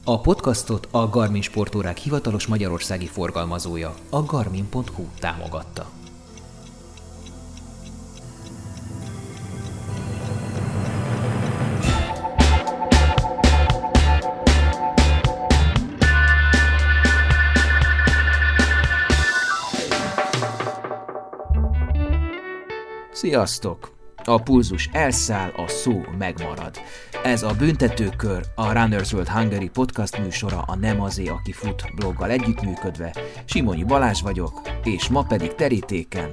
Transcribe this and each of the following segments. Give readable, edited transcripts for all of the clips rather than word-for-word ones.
A podcastot a Garmin sportórák hivatalos magyarországi forgalmazója, a Garmin.hu támogatta. Sziasztok! A pulzus elszáll, a szó megmarad. Ez a Büntetőkör, a Runner's World Hungary podcast műsora a Nem azé, aki fut bloggal együttműködve. Simonyi Balázs vagyok, és ma pedig terítéken.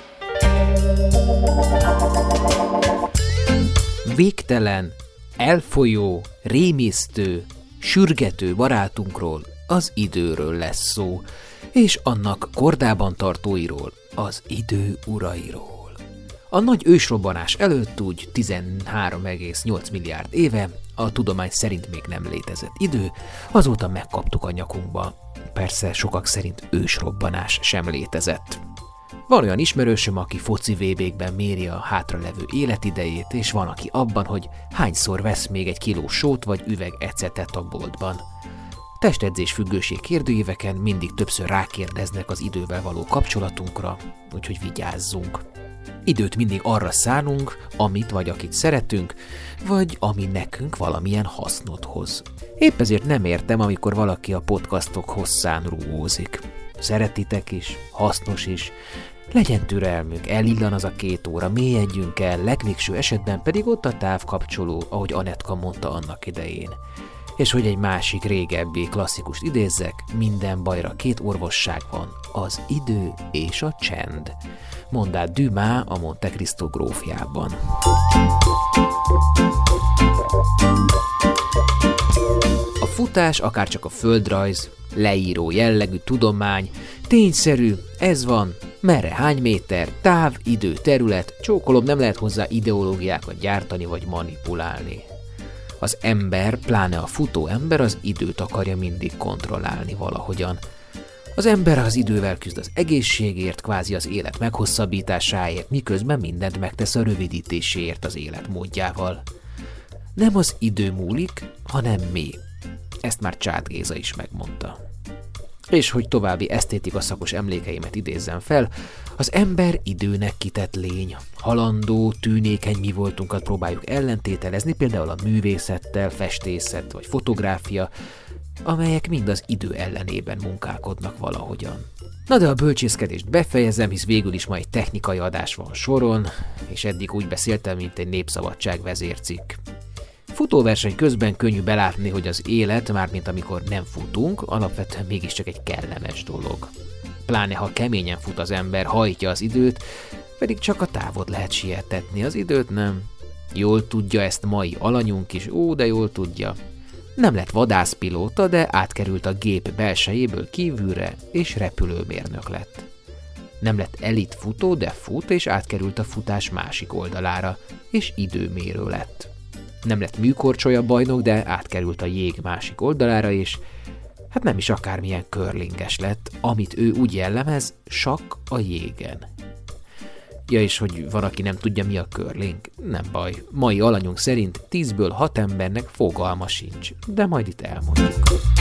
Végtelen, elfolyó, rémisztő, sürgető barátunkról, az időről lesz szó, és annak kordában tartóiról, az idő urairól. A nagy ősrobbanás előtt úgy 13,8 milliárd éve, a tudomány szerint még nem létezett idő, azóta megkaptuk a nyakunkba. Persze sokak szerint ősrobbanás sem létezett. Van olyan ismerősöm, aki foci VB-kben méri a hátralevő életidejét, és van, aki abban, hogy hányszor vesz még egy kiló sót vagy üveg ecetet a boltban. Testedzés függőség kérdőíveken mindig többször rákérdeznek az idővel való kapcsolatunkra, úgyhogy vigyázzunk. Időt mindig arra szánunk, amit vagy akit szeretünk, vagy ami nekünk valamilyen hasznot hoz. Épp ezért nem értem, amikor valaki a podcastok hosszán rúgózik. Szeretitek is, hasznos is, legyen türelmünk, elillan az a 2 óra, mélyedjünk el, legvégső esetben pedig ott a távkapcsoló, ahogy Anetka mondta annak idején. És hogy egy másik régebbi klasszikust idézzek, minden bajra 2 orvosság van, az idő és a csend. Mondd át Dumas a Monte Cristo grófjában. A futás akárcsak a földrajz, leíró jellegű tudomány, tényszerű, ez van, merre hány méter, táv, idő, terület, csókolom, nem lehet hozzá ideológiákat gyártani vagy manipulálni. Az ember, pláne a futó ember az időt akarja mindig kontrollálni valahogyan. Az ember az idővel küzd az egészségért, kvázi az élet meghosszabbításáért, miközben mindent megtesz a rövidítéséért az életmódjával. Nem az idő múlik, hanem mi. Ezt már Csád Géza is megmondta. És hogy további esztétika szakos emlékeimet idézzem fel, az ember időnek kitett lény. Halandó, tűnékeny mi voltunkat próbáljuk ellentételezni, például a művészettel, festészet vagy fotográfia, amelyek mind az idő ellenében munkálkodnak valahogyan. Na de a bölcsészkedést befejezem, hisz végül is ma egy technikai adás van soron, és eddig úgy beszéltem, mint egy Népszabadság vezércikk. Futóverseny közben könnyű belátni, hogy az élet, mármint amikor nem futunk, alapvetően mégiscsak egy kellemes dolog. Pláne ha keményen fut az ember, hajtja az időt, pedig csak a távot lehet sietetni, az időt nem. Jól tudja ezt mai alanyunk is, de jól tudja. Nem lett vadászpilóta, de átkerült a gép belsejéből kívülre, és repülőmérnök lett. Nem lett elit futó, de fut, és átkerült a futás másik oldalára, és időmérő lett. Nem lett műkorcsolya bajnok, de átkerült a jég másik oldalára, és hát nem is akármilyen curlinges lett, amit ő úgy jellemez, sakk a jégen. Ja, és hogy van, aki nem tudja, mi a curling? Nem baj. Mai alanyunk szerint 10-ből 6 embernek fogalma sincs, de majd itt elmondjuk.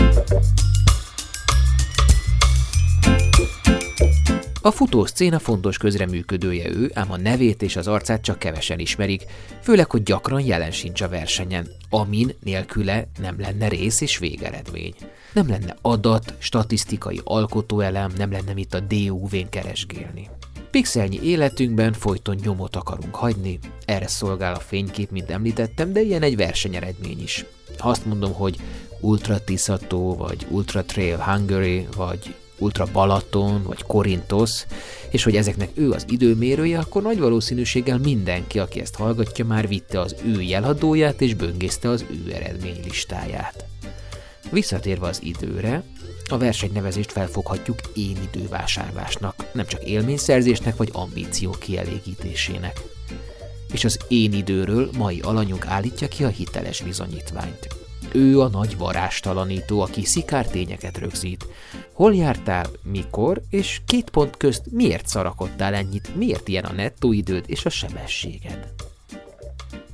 A futószcéna fontos közreműködője ő, ám a nevét és az arcát csak kevesen ismerik, főleg, hogy gyakran jelen sincs a versenyen, amin nélküle nem lenne rész és végeredmény. Nem lenne adat, statisztikai alkotóelem, nem lenne mit a DUV-n keresgélni. Pixelnyi életünkben folyton nyomot akarunk hagyni, erre szolgál a fénykép, mint említettem, de ilyen egy versenyeredmény is. Ha azt mondom, hogy Ultra Tisza-tó, vagy Ultra Trail Hungary, vagy Ultra Balaton, vagy Korintos, és hogy ezeknek ő az időmérője, akkor nagy valószínűséggel mindenki, aki ezt hallgatja, már vitte az ő jeladóját, és böngészte az ő eredménylistáját. Visszatérve az időre, a versenynevezést felfoghatjuk én idővásárlásnak, nem csak élményszerzésnek vagy ambíció kielégítésének. És az én időről mai alanyunk állítja ki a hiteles bizonyítványt. Ő a nagy varázstalanító, aki szikártényeket rögzít. Hol jártál, mikor, és 2 pont közt miért szarakodtál ennyit, miért ilyen a nettó időd és a sebességed?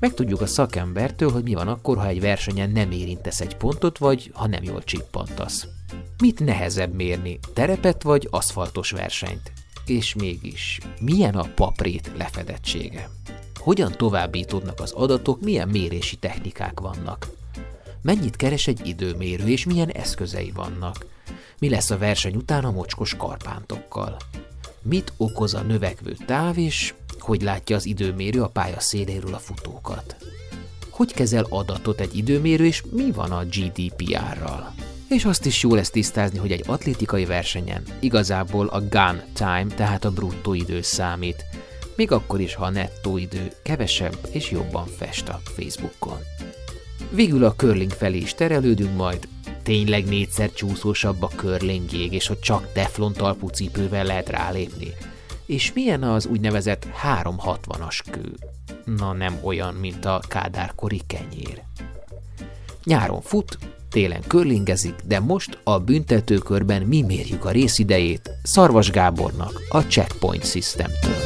Megtudjuk a szakembertől, hogy mi van akkor, ha egy versenyen nem érintesz egy pontot, vagy ha nem jól csippantasz. Mit nehezebb mérni, terepet vagy aszfaltos versenyt? És mégis, milyen a paprét lefedettsége? Hogyan továbbítódnak az adatok, milyen mérési technikák vannak? Mennyit keres egy időmérő, és milyen eszközei vannak? Mi lesz a verseny után a mocskos karpántokkal? Mit okoz a növekvő táv, és hogy látja az időmérő a pálya széléről a futókat? Hogy kezel adatot egy időmérő, és mi van a GDPR-ral? És azt is jó lesz tisztázni, hogy egy atlétikai versenyen igazából a gun time, tehát a bruttó idő számít, még akkor is, ha a nettó idő kevesebb és jobban fest a Facebookon. Végül a curling felé is terelődünk majd, tényleg 4-szer csúszósabb a curling jég, és hogy csak teflon talpú cipővel lehet rálépni. És milyen az úgynevezett 360-as kő? Na nem olyan, mint a kádárkori kenyér. Nyáron fut, télen curlingezik, de most a büntetőkörben mi mérjük a részidejét Szarvas Gábornak a Checkpoint Systemtől.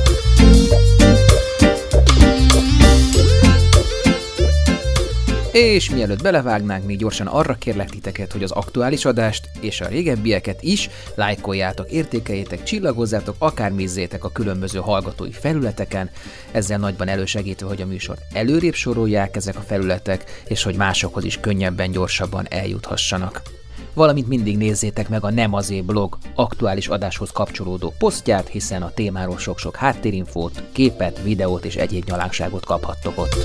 És mielőtt belevágnánk, még gyorsan arra kérlek titeket, hogy az aktuális adást és a régebbieket is lájkoljátok, értékeljétek, csillagozzátok, akár nézzétek a különböző hallgatói felületeken, ezzel nagyban elősegítve, hogy a műsort előrébb sorolják ezek a felületek, és hogy másokhoz is könnyebben, gyorsabban eljuthassanak. Valamint mindig nézzétek meg a Nem Azért blog aktuális adáshoz kapcsolódó posztját, hiszen a témáról sok-sok háttérinfót, képet, videót és egyéb nyalánkságot kaphattok ott.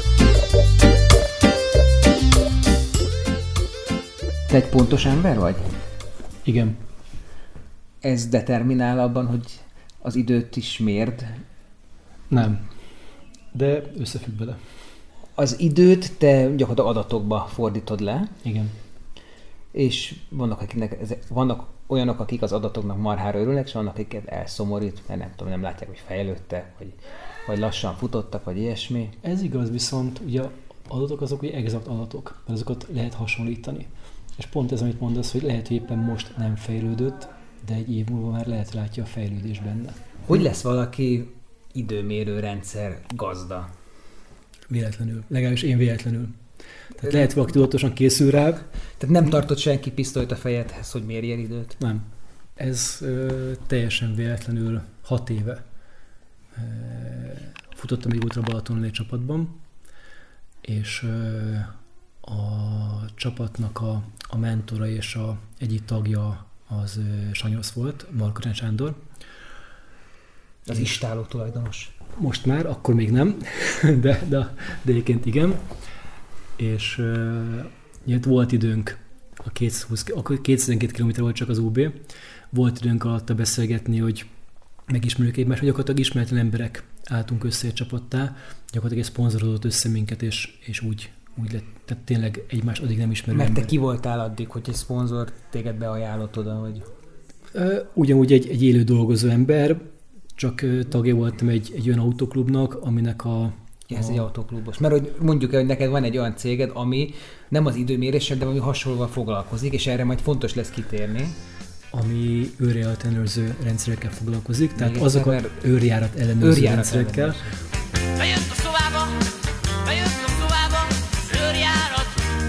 Te egy pontos ember vagy? Igen. Ez determinál abban, hogy az időt is mérd? Nem. De összefügg vele. Az időt te gyakorlatilag adatokba fordítod le. Igen. És vannak olyanok, akik az adatoknak marhára örülnek, és vannak, akiket elszomorít, mert nem látják, hogy fejlődtek, vagy lassan futottak, vagy ilyesmi. Ez igaz, viszont ugye adatok azok ugye exakt adatok, mert azokat lehet hasonlítani. És pont ez, amit mondasz, hogy lehet, hogy éppen most nem fejlődött, de egy év múlva már lehet látja a fejlődés benne. Hogy lesz valaki időmérő rendszer gazda? Véletlenül. Legalábbis én véletlenül. Tehát lehet, valaki tudatosan készül rá. Tehát nem tartott senki pisztolyt a fejedhez, hogy mérjél időt? Nem. Ez teljesen véletlenül 6 éve futottam egy Ultra Balatonon egy csapatban, és a csapatnak a mentora és egyik tagja az Sanyosz volt, Markó Sándor. Az istáló tulajdonos. Most már, akkor még nem, de egyébként igen. És volt időnk, akkor 212 km volt csak az UB, volt időnk alatta beszélgetni, hogy megismerjük egymást, hogy gyakorlatilag ismeretlen emberek álltunk össze egy csapattá, gyakorlatilag egy szponzorozott össze minket, és úgy lett, tehát tényleg egymást addig nem ismerő Mert ember. te ki voltál addig, hogy egy szponzor téged beajánlott oda, hogy... Ugyanúgy egy élő dolgozó ember, csak tagja voltam egy olyan autóklubnak, aminek Ez egy autóklubos. Mert hogy mondjuk el, hogy neked van egy olyan céged, ami nem az időméréssel, de ami hasonlóval foglalkozik, és erre majd fontos lesz kitérni. Ami őrjárat ellenőrző rendszerekkel foglalkozik, tehát azokat őrjárat ellenőrző rendszerekkel. Bejött a szobába, őrjárat.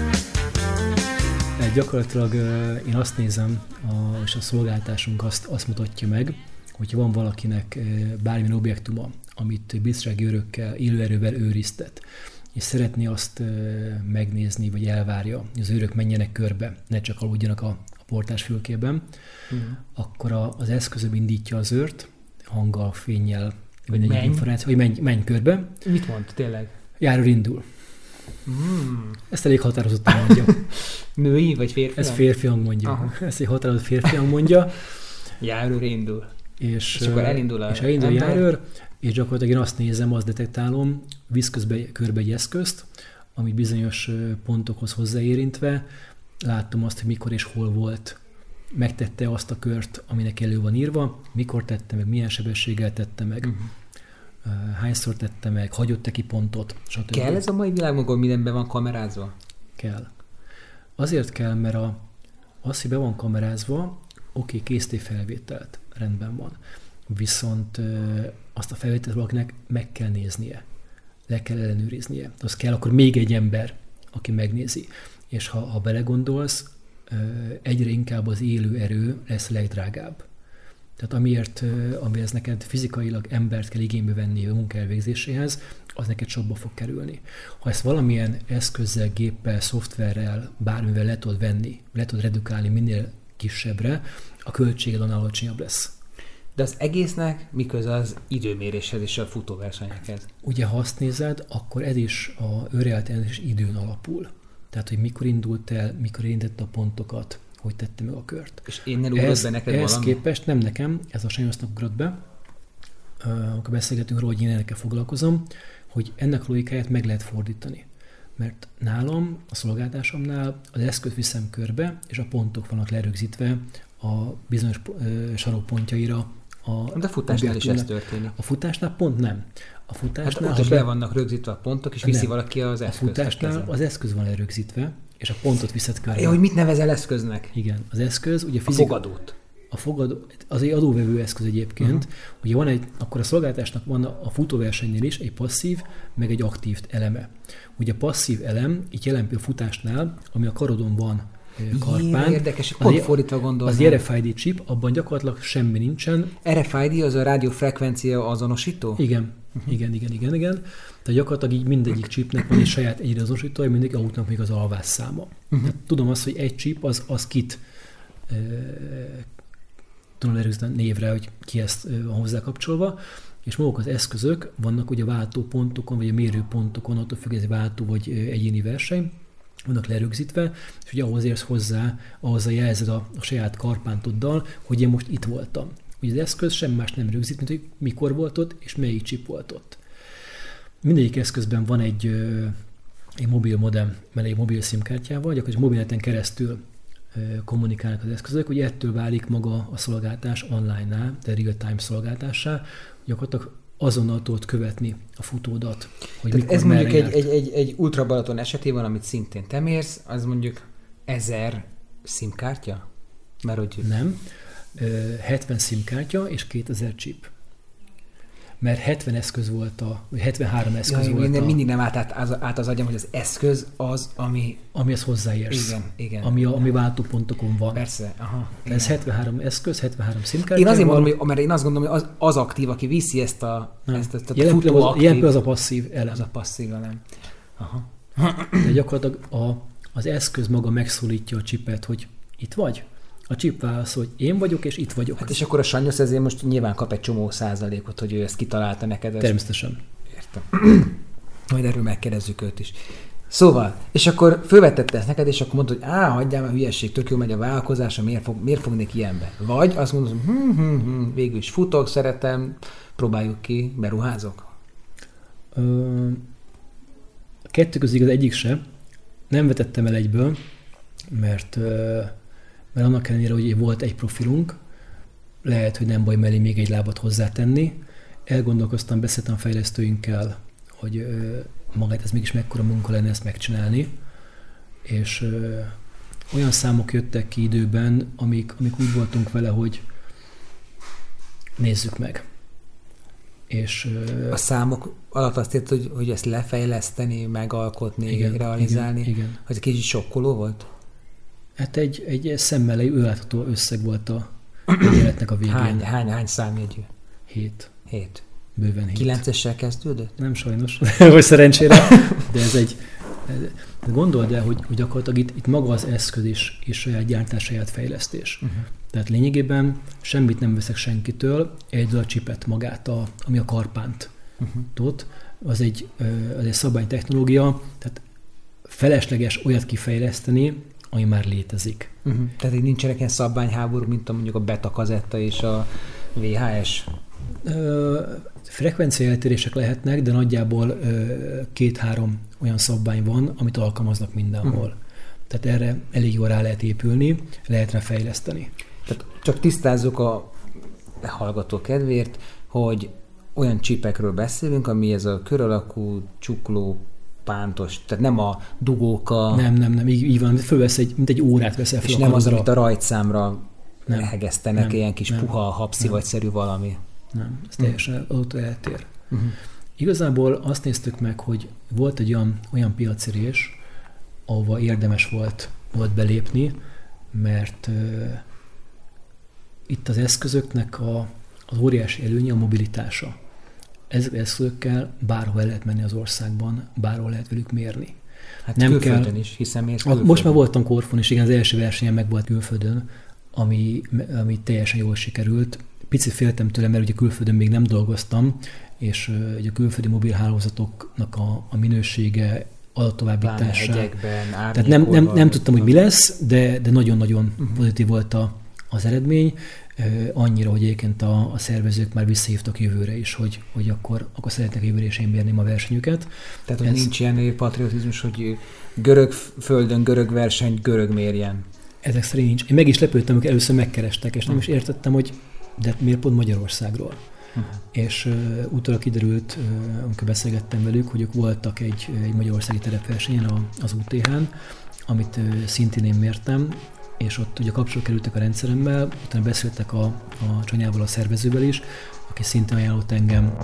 Gyakorlatilag én azt nézem, és a szolgáltásunk azt mutatja meg, hogyha van valakinek bármilyen objektuma, amit biztonsági őrökkel, élőerővel őriztet, és szeretné azt megnézni, vagy elvárja, hogy az őrök menjenek körbe, ne csak aludjanak a portás fülkében, akkor az eszközöm indítja az őrt, hanggal, fénnyel, vagy egy információ, hogy menj körbe. Mit mond, tényleg? Járőr indul. Ezt elég határozottan mondja. Női vagy férfi? Ez férfi hang mondja. Aha. Ezt egy határozott férfi hang mondja. Járőr indul. És akkor elindul a járőr, és gyakorlatilag én azt nézem, azt detektálom, visz körbe egy eszközt, ami bizonyos pontokhoz hozzáérintve, látom azt, hogy mikor és hol volt. Megtette azt a kört, aminek elő van írva, mikor tette meg, milyen sebességgel tette meg, hányszor tette meg, hagyott-e ki pontot, stb. Kell ez a mai világban, hogy mindenben van kamerázva? Kell. Azért kell, mert az, hogy be van kamerázva, oké, készítél felvételt, rendben van. Viszont azt a felvételt valakinek meg kell néznie. le kell ellenőriznie. Az kell akkor még egy ember, aki megnézi. És ha belegondolsz, egyre inkább az élő erő lesz legdrágább. Tehát amihez neked fizikailag embert kell igénybe venni a munka elvégzéséhez, az neked sokba fog kerülni. Ha ezt valamilyen eszközzel, géppel, szoftverrel, bármivel le tudod venni, le tudod redukálni minél kisebbre, a költséged annál alacsonyabb lesz. De az egésznek miköz az időméréshez és a futóversenyekhez? Ugye, ha azt nézed, akkor ez is a önrealitás időn alapul. Tehát, hogy mikor indult el, mikor érintette a pontokat, hogy tette meg a kört. És innen ugrott be neked ehhez valami? képest nem nekem, ez a Sanyosznak ugrott be, amikor beszélgetünk róla, hogy én ennek foglalkozom, hogy ennek a logikáját meg lehet fordítani. Mert nálam, a szolgáltásomnál az eszközt viszem körbe, és a pontok vannak lerögzítve a bizonyos sarokpontjaira. De a futásnál is ez történik. A futásnál pont nem. A futásnál, ott is le vannak rögzítve a pontok, és viszi valaki az eszközt. A futásnál az eszköz van lerögzítve, és a pontot viszed körbe. Ja, hogy mit nevezel eszköznek? Igen, az eszköz, ugye A fogadót. A fogadó, az egy adóvevő eszköz egyébként. Ugye van akkor a szolgáltásnak van a futóversenynél is egy passzív, meg egy aktív eleme. Ugye a passzív elem, itt jelen a futásnál, ami a karodon van karpán. Érdekes, pont fordítva gondolom. Az RFID chip, abban gyakorlatilag semmi nincsen. RFID az a rádiófrekvencia azonosító? Igen. Igen. Tehát gyakorlatilag így mindegyik chipnek van egy saját egyre azonosítója, mindegyik autónak még az alvásszáma. Tudom azt, hogy egy chip az kit tudom lerögzíteni névre, hogy ki ezt van hozzá kapcsolva, és maguk az eszközök vannak ugye a váltópontokon, vagy a mérőpontokon, attól függ, ez váltó vagy egyéni verseny, vannak lerögzítve, és ugye ahhoz érsz hozzá, ahhoz jelzed a saját karpántoddal, hogy én most itt voltam. Ugye az eszköz semmi más nem rögzít, mint hogy mikor volt ott, és melyik chip volt ott. Mindegyik eszközben van egy mobil modem, mert egy mobil SIM-kártyával, gyakorlatilag mobilneten keresztül kommunikálnak az eszközök, hogy ettől válik maga a szolgáltás online-nál, de real-time szolgáltássá, gyakorlatilag azonnal tudod követni a futódat, hogy tehát mikor ez mondjuk merre egy Ultra Balaton esetében, amit szintén te mérsz, az mondjuk 1000 SIM-kártya? Mert hogy... Nem. 70 SIM-kártya és 2000 chip. Mert 70 eszköz volt vagy 73 eszköz volt mindig nem át az agyam, hogy az eszköz az, ami... Amihez hozzáérsz. Igen. Ami váltópontokon van. Persze, aha. Ez 73 eszköz, 73 SIM-kártya. Én azért mondom, mert én azt gondolom, hogy az aktív, aki viszi ezt a futó aktív. Jelen az a passzív elem. Az a passzív elem. Aha. De gyakorlatilag az eszköz maga megszólítja a csipet, hogy itt vagy. A chip válaszol, hogy én vagyok, és itt vagyok. Hát és akkor a Sanyosz ezért most nyilván kap egy csomó százalékot, hogy ő ezt kitalálta neked. Természetesen. Értem. Majd erről megkérdezzük őt is. Szóval, és akkor fölvetette ezt neked, és akkor mondta, hogy hagyjál már hülyesség, tök jó megy a vállalkozása, miért fognék ilyenbe? Vagy azt mondod, hogy végül is futok, szeretem, próbáljuk ki, beruházok? A kettő közül igaz egyik se. Nem vetettem el egyből, mert annak ellenére, hogy volt egy profilunk, lehet, hogy nem baj mellé még egy lábat hozzátenni. Elgondolkoztam, beszéltem a fejlesztőinkkel, hogy magát ez mégis mekkora munka lenne ezt megcsinálni, és olyan számok jöttek ki időben, amik úgy voltunk vele, hogy nézzük meg. És, a számok alatt azt érted, hogy ezt lefejleszteni, megalkotni, igen, realizálni, igen. Hogy kicsit sokkoló volt? Hát egy szemmel látható összeg volt a életnek a végén. Hány számjegyű? 7. Bőven 7. 9-essel kezdődött? Nem sajnos, vagy szerencsére, de ez egy... Gondold el, hogy gyakorlatilag itt maga az eszköz is saját gyártás, saját fejlesztés. Tehát lényegében semmit nem veszek senkitől, egyedül a csipet magát, ami a karpánt tud. Az egy szabványtechnológia, tehát felesleges olyat kifejleszteni, ami már létezik. Tehát így nincsenek ilyen szabványháború, mint mondjuk a beta kazetta és a VHS? Frekvenciaeltérések lehetnek, de nagyjából 2-3 olyan szabvány van, amit alkalmaznak mindenhol. Tehát erre elég jól rá lehet épülni, lehet rá fejleszteni. Tehát csak tisztázzuk a hallgató kedvéért, hogy olyan csipekről beszélünk, ami ez a kör alakú, csukló, pántos, tehát nem a dugóka. Nem, így van, fölvesz mint egy órát veszel fel. És nem az, amit a rajtszámra hegesztenek, ilyen kis puha, hapszivagyszerű valami. Nem, ez teljesen ott eltér. Igazából azt néztük meg, hogy volt egy olyan piacirés, ahova érdemes volt belépni, mert itt az eszközöknek az óriási előnye a mobilitása. Ezek az eszközökkel bárhol el lehet menni az országban, bárhol lehet velük mérni. Hát nem külföldön kell, is, hiszen miért külföldön? Most már voltam Korfon is, igen, az első versenyen meg volt külföldön, ami teljesen jól sikerült. Picit féltem tőle, mert ugye külföldön még nem dolgoztam, és ugye a külföldi mobilhálózatoknak a minősége, adattovábbítása. Tehát nem tudtam, hogy mi lesz, de nagyon-nagyon pozitív volt az eredmény. Annyira, hogy egyébként a szervezők már visszahívtak jövőre is, hogy akkor szeretnek jövőre is én mérném a versenyüket. Tehát, hogy nincs ilyen patriotizmus, hogy görög földön, görög verseny, görög mérjen. Ezek szerint nincs. Én meg is lepődtem, amikor először megkerestek, és nem is értettem, hogy de miért pont Magyarországról. És utólag kiderült, amikor beszélgettem velük, hogy ők voltak egy magyarországi terepversenyen, az UTH-n, amit szintén én mértem, és ott ugye kapcsolatba kerültek a rendszeremmel, utána beszéltek a Csanyával, a szervezővel is, aki szintén ajánlott engem.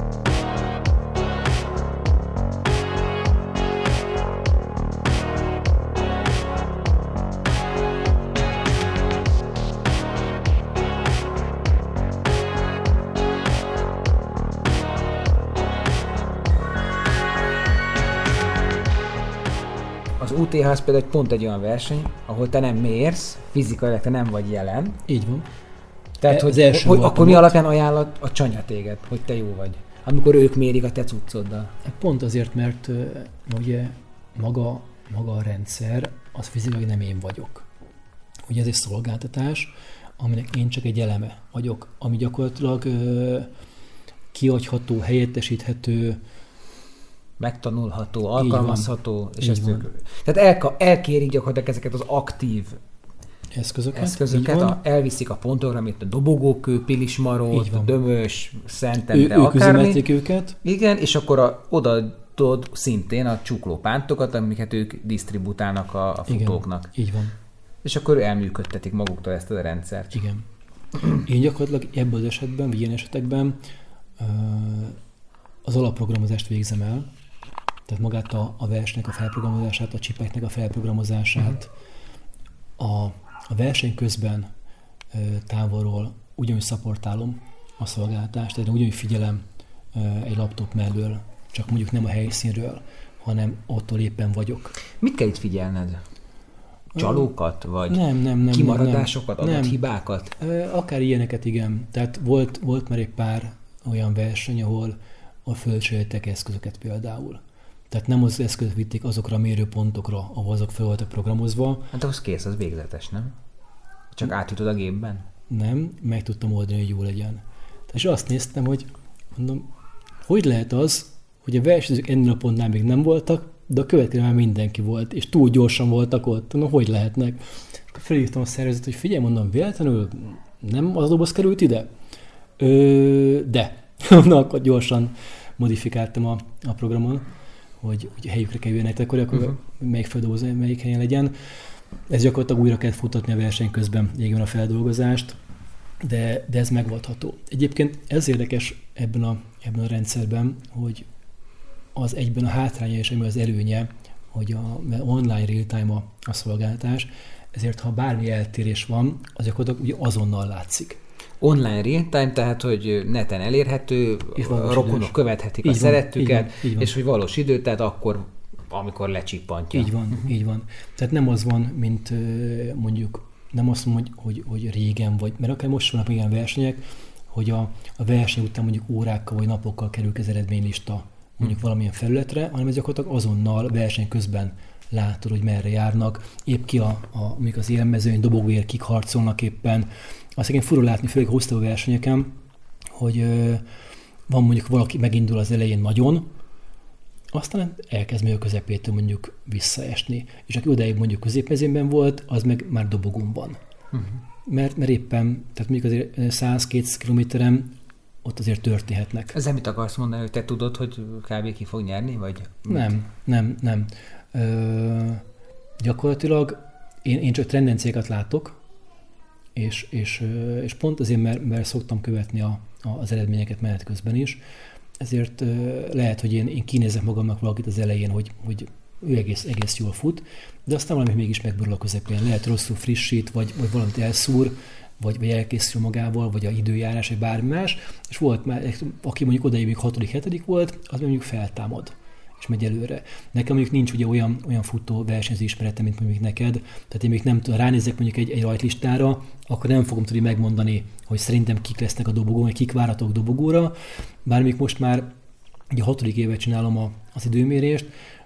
Az UTH az például pont egy olyan verseny, ahol te nem mérsz, fizikailag te nem vagy jelen. Így van. Tehát, hogy akkor mi alapján ajánlott a Csanya téged, hogy te jó vagy? Amikor ők mérik a te cuccoddal. Pont azért, mert ugye maga a rendszer, az fizikailag nem én vagyok. Ugye ez egy szolgáltatás, aminek én csak egy eleme vagyok, ami gyakorlatilag kiadható, helyettesíthető, megtanulható, alkalmazható, és ezt ők... Tehát elkérik gyakorlatilag ezeket az aktív eszközöket elviszik a pontokra, mint a dobogókő, Pilismarót, a Dömös, Szentendre, akármi. Ők üzemelték őket. Igen, és akkor odaadod szintén a csuklópántokat, amiket ők disztributálnak a futóknak. Igen, így van. És akkor elműködtetik maguktól ezt a rendszert. Igen. Én gyakorlatilag ebben az esetben, vagy ilyen esetekben az alapprogramozást végzem el, tehát magát a versenynek a felprogramozását, a csipeknek a felprogramozását, a verseny közben távolról ugyanúgy szapportálom a szolgáltást, tehát ugyanúgy figyelem egy laptop mellől, csak mondjuk nem a helyszínről, hanem ottól éppen vagyok. Mit kell itt figyelned? Csalókat? Vagy nem, kimaradásokat, adathibákat? Akár ilyeneket, igen. Tehát volt már egy pár olyan verseny, ahol fölcseréltek eszközöket például. Tehát nem az eszközök vitték azokra a mérőpontokra, ahol azok fel voltak programozva. Hát az kész, az végletes, nem? Csak átjutod a gépben? Nem, meg tudtam oldani, hogy jó legyen. És azt néztem, hogy mondom, hogy lehet az, hogy a versenyzők ennél a pontnál még nem voltak, de a következő már mindenki volt, és túl gyorsan voltak ott. Mondom, hogy lehetnek? Felhívtam a szervezet, hogy figyelj, mondom, véletlenül nem az doboz került ide? De. Na, akkor gyorsan modifikáltam a programon, hogy helyükre kerüljenek, akkor melyik feldolgozó, melyik helyen legyen. Ez gyakorlatilag újra kell futatni a verseny közben, végül a feldolgozást, de ez megoldható. Egyébként ez érdekes ebben a rendszerben, hogy az egyben a hátránya és az előnye, hogy online real-time a szolgáltatás, ezért ha bármi eltérés van, az gyakorlatilag ugye azonnal látszik. Online real-time, tehát hogy neten elérhető, a rokonok követhetik a szerettüket, és hogy valós idő, tehát akkor, amikor lecsippantja. Így van. Tehát nem az van, mint mondjuk, nem azt mondom, hogy régen vagy, mert akár most vannak ilyen versenyek, hogy a verseny után mondjuk órákkal vagy napokkal kerül az eredménylista mondjuk valamilyen felületre, hanem ez gyakorlatilag azonnal verseny közben látod, hogy merre járnak, épp ki mondjuk az élmezőny, dobogóért kik harcolnak éppen. Azt igen fura látni, főleg a hosszú versenyeken, hogy van mondjuk valaki megindul az elején nagyon, aztán elkezd még a közepétől mondjuk visszaesni. És aki odáig mondjuk középmezőnyben volt, az meg már dobogón van. Mert éppen, tehát mondjuk azért 100-200 kilométeren ott azért történhetnek. Ezzel mit akarsz mondani, hogy te tudod, hogy kb. Ki fog nyerni? Vagy Nem. Gyakorlatilag én csak tendenciákat látok, és pont azért, mert szoktam követni az eredményeket menet közben is, ezért lehet, hogy én kinézek magamnak valakit az elején, hogy ő egész jól fut, de aztán valami mégis megborul a közepén. Lehet rosszul frissít, vagy valamit elszúr, vagy elkészül magával, vagy a időjárás, vagy bármi más, és volt már, aki mondjuk odaig még 6.-7. volt, az mondjuk feltámad, és megy előre. Nekem mondjuk nincs ugye olyan futó versenyző ismeretem, mint mondjuk neked, tehát én még nem tudom, ránézek mondjuk egy rajtlistára, akkor nem fogom tudni megmondani, hogy szerintem kik lesznek a dobogón, vagy kik várhatók dobogóra, bár még most már ugye 6. évet csinálom az időmérést,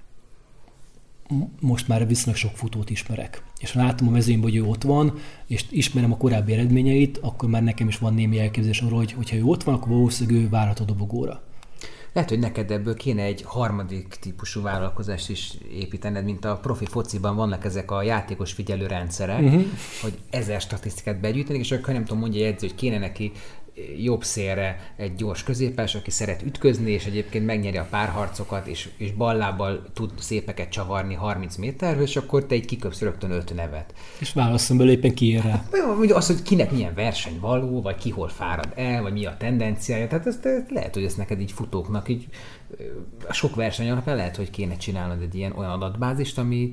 most már viszonylag sok futót ismerek. És ha látom a mezőnyben, hogy ő ott van, és ismerem a korábbi eredményeit, akkor már nekem is van némi elképzelés arról, hogy hogyha ő ott van, akkor valószínűleg ő várható dobogóra. Lehet, hogy neked ebből kéne egy harmadik típusú vállalkozást is építened, mint a profi fociban vannak ezek a játékos figyelőrendszerek, hogy 1000 statisztikát begyűjtenek, és akkor nem tudom, mondja egy edző, hogy kéne neki jobb szélre egy gyors középpás, aki szeret ütközni, és egyébként megnyeri a párharcokat, és ballábbal tud szépeket csavarni 30 méterről, és akkor te egy kiköpsz rögtön 5 nevet. És válasszom belőle, éppen ki ér rá. Az, hogy kinek milyen verseny való, vagy ki hol fárad el, vagy mi a tendenciája, tehát ezt lehet, hogy ezt neked így futóknak, így sok verseny alapján lehet, hogy kéne csinálnod egy ilyen olyan adatbázist, ami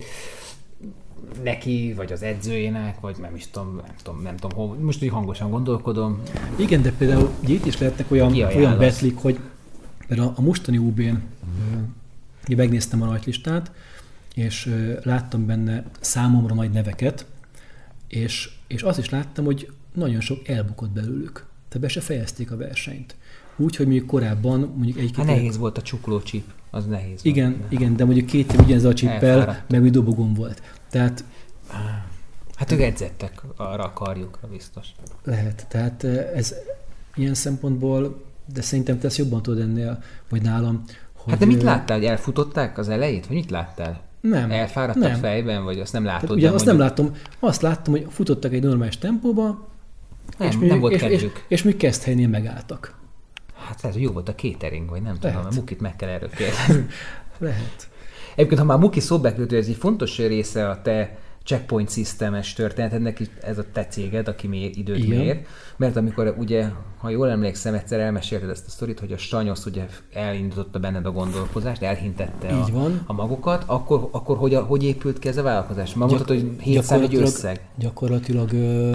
neki, vagy az edzőjének, vagy nem tudom hol, most úgy hangosan gondolkodom. Igen, de például itt is lehetnek olyan betlik, hogy a mostani UB-n megnéztem a rajtlistát, és láttam benne számomra nagy neveket, és azt is láttam, hogy nagyon sok elbukott belőlük. Tehát be se fejezték a versenyt. Úgy, hogy mondjuk korábban mondjuk egy-két... nehéz volt a csuklócsip, az nehéz igen, volt. Igen, de mondjuk 2 év ugyanez a csippel, meg úgy dobogón volt. Tehát... Hát ők edzettek arra a karjukra, biztos. Lehet. Tehát ez ilyen szempontból, de szerintem te ezt jobban tudod ennél, vagy nálam. Hogy hát de mit láttál, hogy elfutották az elejét, vagy mit láttál? Nem. Elfáradtak fejben, vagy azt nem látod? Tehát, ugye azt nem látom. Azt láttam, hogy futottak egy normális tempóba, nem volt kedvük. És még kezdhelynél megálltak. Hát lehet, hogy jó volt a catering, vagy nem tudom, a Mukit meg kell erről kérdezni. Lehet. Egyébként, ha már Muki szóba került, ez egy fontos része a te checkpoint systemes történetednek, ez a te céged, aki időt mér. Mert amikor ugye, ha jól emlékszem, egyszer elmesélted ezt a sztorit, hogy a Stranyosz ugye elindította benned a gondolkozást, elhintette a magukat, akkor hogy épült ki ez a vállalkozás? Már mondtad, hogy 700 egy összeg. Gyakorlatilag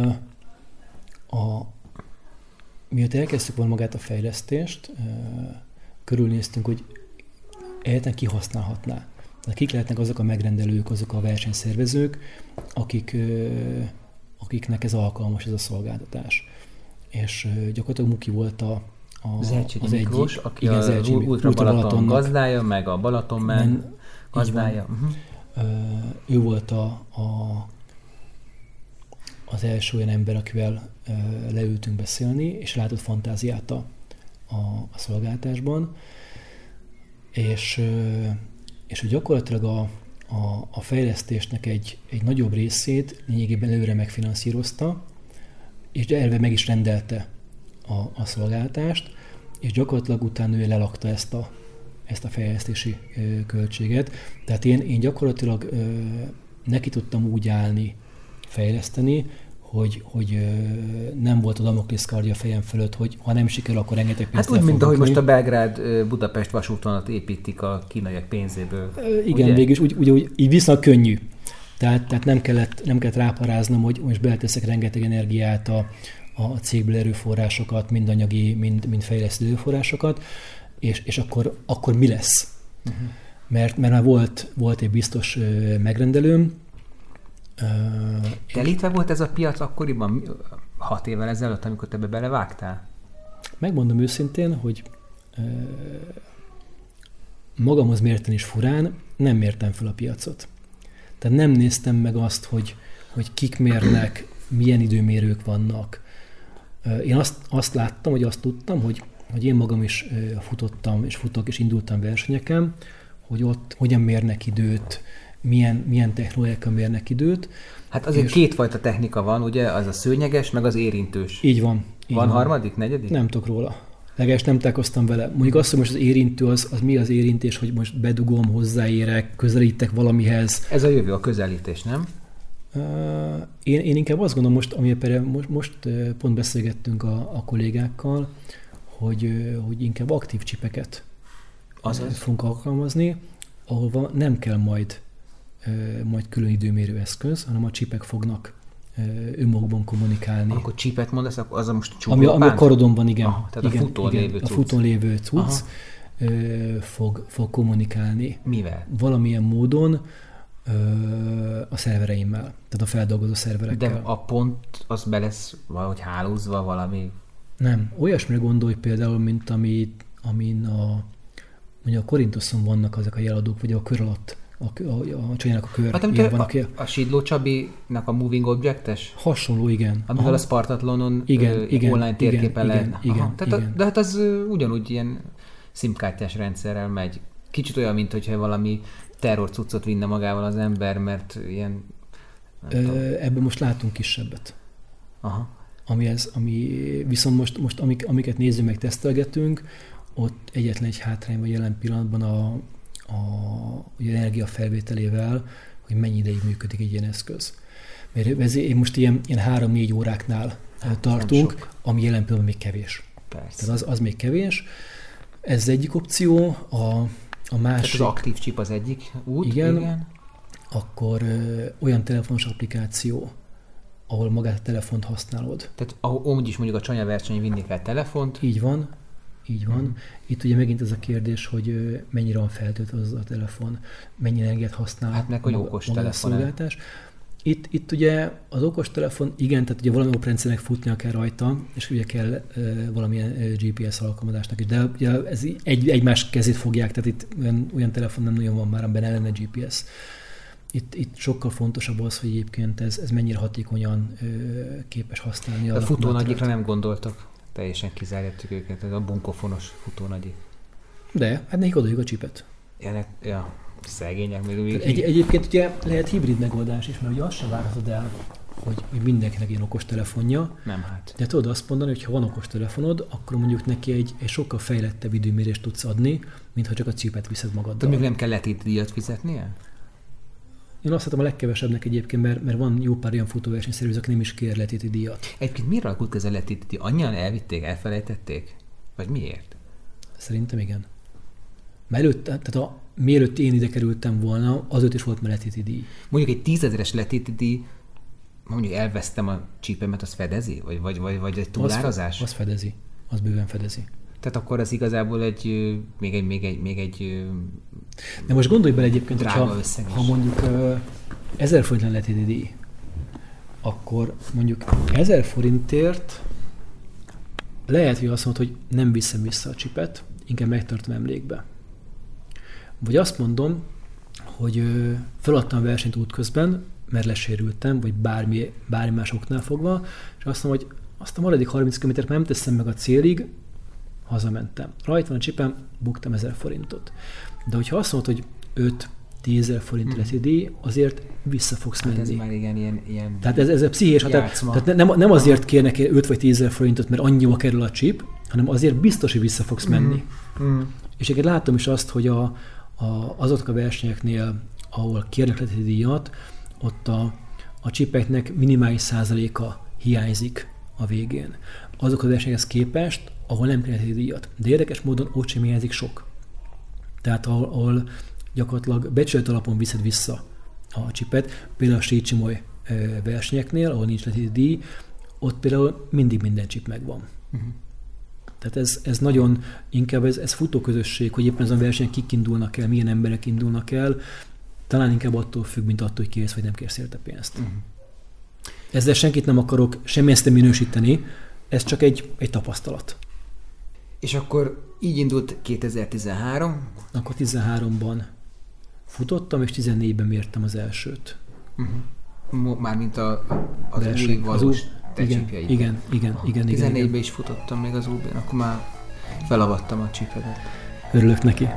miatt elkezdtük volna magát a fejlesztést, körülnéztünk, hogy egyáltalán ki használhatná. Kik lehetnek azok a megrendelők, azok a versenyszervezők, akiknek ez alkalmas, ez a szolgáltatás. És gyakorlatilag Muki volt az Zercsényi Miklós, aki igen, az Ultra Balaton gazdája, meg a Balatonmen gazdája. Ő volt az első olyan ember, akivel leültünk beszélni, és látott fantáziát a szolgáltatásban. És hogy gyakorlatilag a fejlesztésnek egy nagyobb részét lényegében előre megfinanszírozta, és elve meg is rendelte a szolgáltást, és gyakorlatilag utána ő lelakta ezt a fejlesztési költséget. Tehát én gyakorlatilag neki tudtam úgy állni, fejleszteni, hogy nem volt a Damoklész kardja a fejem fölött, hogy ha nem sikerül, akkor rengeteg pénzt hát úgy, mint ahogy most a Belgrád-Budapest vasútvonalat építik a kínaiak pénzéből. Igen, végülis úgy így viszonylag könnyű. Tehát nem kellett ráparáznom, hogy most beleteszek rengeteg energiát a cégből erőforrásokat, mind anyagi, mind fejlesztő erőforrásokat, és akkor mi lesz? Mert már volt egy biztos megrendelőm. Telítve volt ez a piac akkoriban, 6 évvel ezelőtt, amikor te belevágtál? Megmondom őszintén, hogy magamhoz mérten is furán nem mértem fel a piacot. Tehát nem néztem meg azt, hogy kik mérnek, milyen időmérők vannak. Én azt láttam, hogy azt tudtam, hogy én magam is futottam, és futok, és indultam versenyeken, hogy ott hogyan mérnek időt, milyen technológiákkal mérnek időt. Hát azért kétfajta technika van, ugye? Az a szőnyeges, meg az érintős. Így van. Van harmadik, negyedik? Nem tudok róla. Legalábbis nem találkoztam vele. Mondjuk azt, hogy most az érintő, az mi az érintés, hogy most bedugom, hozzáérek, közelítek valamihez. Ez a jövő, a közelítés, nem? Én inkább azt gondolom most, amiről most pont beszélgettünk a kollégákkal, hogy inkább aktív csipeket Azaz? fogunk alkalmazni, ahol nem kell majd külön időmérő eszköz, hanem a csipek fognak önmagukban kommunikálni. Amikor csipet mondasz, akkor az a most csuklópánt? Ami a karodonban, igen. Aha, tehát igen, a futón lévő cucc. A futón lévő cucc fog kommunikálni. Mivel? Valamilyen módon a szervereimmel, tehát a feldolgozó szerverekkel. De a pont az be lesz valahogy hálózva valami... Nem. Olyasmire gondolj például, mint amin mondjuk a Korintoszon vannak ezek a jeladók, vagy a kör alatt, a csanyának a kör. Hát amit a Sidló Csabinak a Moving Object-es? Hasonló, igen. Amivel a Spartatlonon online térképen lehet. De hát az ugyanúgy ilyen szimkártyás rendszerrel megy. Kicsit olyan, mint hogyha valami terrorcuccot vinne magával az ember, mert ilyen... Ebben most látunk kisebbet. Aha. Ami viszont most amiket nézzünk meg, tesztelgetünk, ott egyetlen egy hátrány van jelen pillanatban a energia felvételével, hogy mennyi ideig működik egy ilyen eszköz. Mert én most ilyen 3-4 óráknál tartunk, ami jelen pillanatban még kevés. Persze. Tehát az még kevés. Ez az egyik opció, a másik... Tehát az aktív chip az egyik út? Igen. Akkor olyan telefonos applikáció, ahol magát a telefont használod. Tehát ahogy is mondjuk a csanyaversenyen vinni kell telefont. Így van. Itt ugye megint ez a kérdés, hogy mennyire van feltöltve az a telefon, mennyi energiát használ hát meg, hogy okos telefon. Szolgáltás. Itt ugye az okostelefon, igen, tehát ugye valami operendszernek futnia kell rajta, és ugye kell valamilyen GPS alkalmazásnak is, de ugye ez egymás kezét fogják, tehát itt olyan telefon nem nagyon van már, amiben ne lenne GPS. Itt sokkal fontosabb az, hogy egyébként ez mennyire hatékonyan képes használni. A futónagyikra nem gondoltak. Teljesen kizárják őket, ez a bunkofonos futónagyik. De, hát nekik odajuk a csipet. Ja, szegények még. Egyébként ugye lehet hibrid megoldás is, mert ugye azt sem várhatod el, hogy mindenkinek ilyen okostelefonja. Nem, hát. De tudod azt mondani, hogy ha van okostelefonod, akkor mondjuk neki egy sokkal fejlettebb időmérést tudsz adni, mint ha csak a csipet viszed magaddal. De még nem kell díjat fizetnie? Én azt hittem a legkevesebbnek egyébként, mert van jó pár olyan futóversenyszervező, aki nem is kér letéti díjat. Egyébként miért alakult ez a letéti díj? Annyian elvitték, elfelejtették? Vagy miért? Szerintem igen. Mielőtt én ide kerültem volna, azért is volt letéti díj. Mondjuk egy 10 000-es letéti díj, mondjuk elvesztem a csípemet, az fedezi? Vagy egy túlárazás? Az fedezi. Az bőven fedezi. Tehát akkor az igazából még egy de most gondolj bele egyébként, ha mondjuk 1000 forint lenne letéti díj, akkor mondjuk 1000 forintért lehet, hogy azt mondod, hogy nem viszem vissza a csipet, inkább megtartom emlékbe. Vagy azt mondom, hogy feladtam a versenyt útközben, mert lesérültem, vagy bármi más oknál fogva, és azt mondom, hogy azt a maradék 30 km-t nem teszem meg a célig, hazamentem. Rajta van a csipem, buktam 1000 forintot. De hogyha azt mondod, hogy 5-10 000 forint letéti díj, azért vissza fogsz menni. Ez már igen, ilyen tehát ez a pszichés határ. Tehát nem azért kérnek 5 vagy 10 000 forintot, mert annyiba kerül a chip, hanem azért biztos, hogy vissza fogsz menni. És egyébként látom is azt, hogy azok a versenyeknél, ahol kérnek letéti díjat, ott a chipeknek minimális százaléka hiányzik a végén. Azok a versenyekhez képest, ahol nem kérnek letéti díjat. De érdekes módon ott sem hiányzik sok. Tehát ahol gyakorlatilag becsület alapon viszed vissza a csipet, például a Sícimoly versenyeknél, ahol nincs letéti díj, ott például mindig minden chip megvan. Tehát ez nagyon, inkább ez futóközösség, hogy éppen ezen a versenyen kik indulnak el, milyen emberek indulnak el, talán inkább attól függ, mint attól, hogy kérsz vagy nem kérsz érte pénzt. Ezzel senkit nem akarok semmilyen minősíteni, ez csak egy tapasztalat. És akkor így indult 2013? Akkor 13-ban futottam, és 14-ben mértem az elsőt. Mármint az új valós csipjeid. Igen. 14-ben is futottam még az új-ben, akkor már felavattam a csipedet. Örülök neki.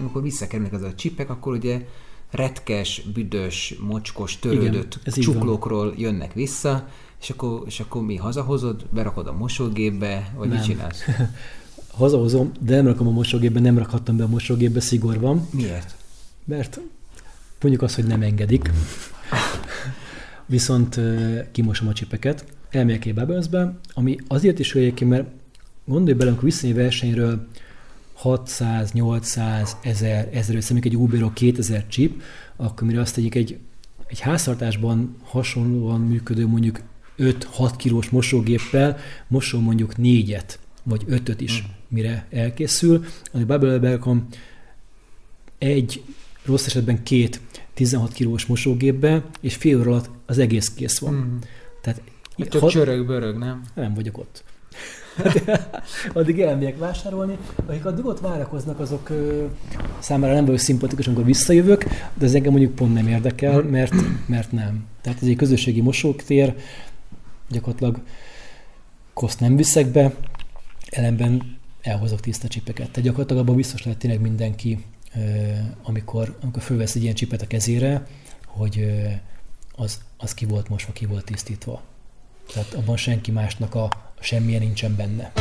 amikor visszakerülnek az a csipek, akkor ugye retkes, büdös, mocskos, törődött csuklókról jönnek vissza, és akkor mi hazahozod, berakod a mosógépbe, vagy mit csinálsz? Hazahozom, de nem rakom a mosógépbe, nem rakhattam be a mosógépbe, szigor van. Miért? Mert mondjuk azt, hogy nem engedik. Viszont kimosom a csipeket, elmegyek egy Bubblesbe, ami azért is egyébként, mert gondolj bele, amikor visszajön versenyről 600, 800, 1000, 1500, egy Uberok 2000 chip, akkor mire azt tegyük egy háztartásban hasonlóan működő mondjuk 5-6 kilós mosógéppel, mosom mondjuk 4-et, vagy 5-öt is, mire elkészül. A Bubble-be rakom egy, rossz esetben 2 16 kilós mosógépbe, és fél óra alatt az egész kész van. Tehát csak csörög-börög, nem? Nem vagyok ott. Addig elmegyek vásárolni, akik addig ott várakoznak, azok számára nem vagyok szimpatikus, amikor visszajövök, de ez engem mondjuk pont nem érdekel, mert nem. Tehát ez egy közösségi mosótér, gyakorlatilag koszt nem viszek be, ellenben elhozok tiszta csipeket. Tehát gyakorlatilag abban biztos lehet tényleg mindenki, amikor fölvesz egy ilyen csipet a kezére, hogy az ki volt mosva, ki volt tisztítva. Tehát abban senki másnak a semmilyen nincsen benne.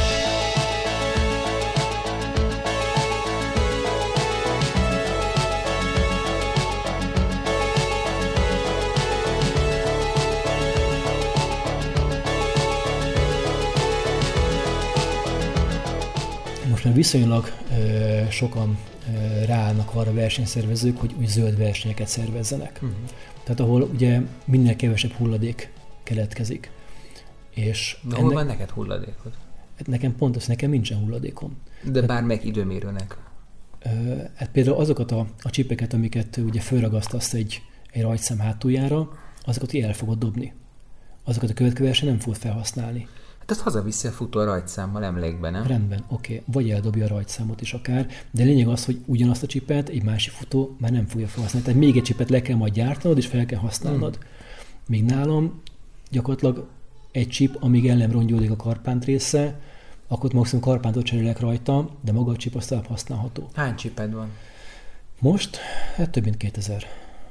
Most már viszonylag sokan ráállnak arra versenyszervezők, hogy úgy zöld versenyeket szervezzenek. Tehát ahol ugye minél kevesebb hulladék keletkezik. És hol van neked hulladékod? Nekem pont az, nekem nincsen hulladékom. De bármelyik időmérőnek? Hát például azokat a csipeket, amiket ugye fölragasztasz egy rajtszám hátuljára, azokat el fogod dobni. Azokat a következő verseny nem fogod felhasználni. Hát azt hazaviszi a futó a rajtszámmal emlékben, nem? Rendben, oké. Vagy eldobja a rajtszámot is akár, de lényeg az, hogy ugyanazt a csipet egy másik futó már nem fogja felhasználni. Tehát még egy csipet le kell majd gyártanod, és fel kell használnod. Míg nálam gyakorlatilag egy chip, amíg el nem rongyódik a karpánt része, akkor maximum karpántot cserélek rajta, de maga a chip az tovább használható. Hány chiped van? Most? Hát több mint 2000.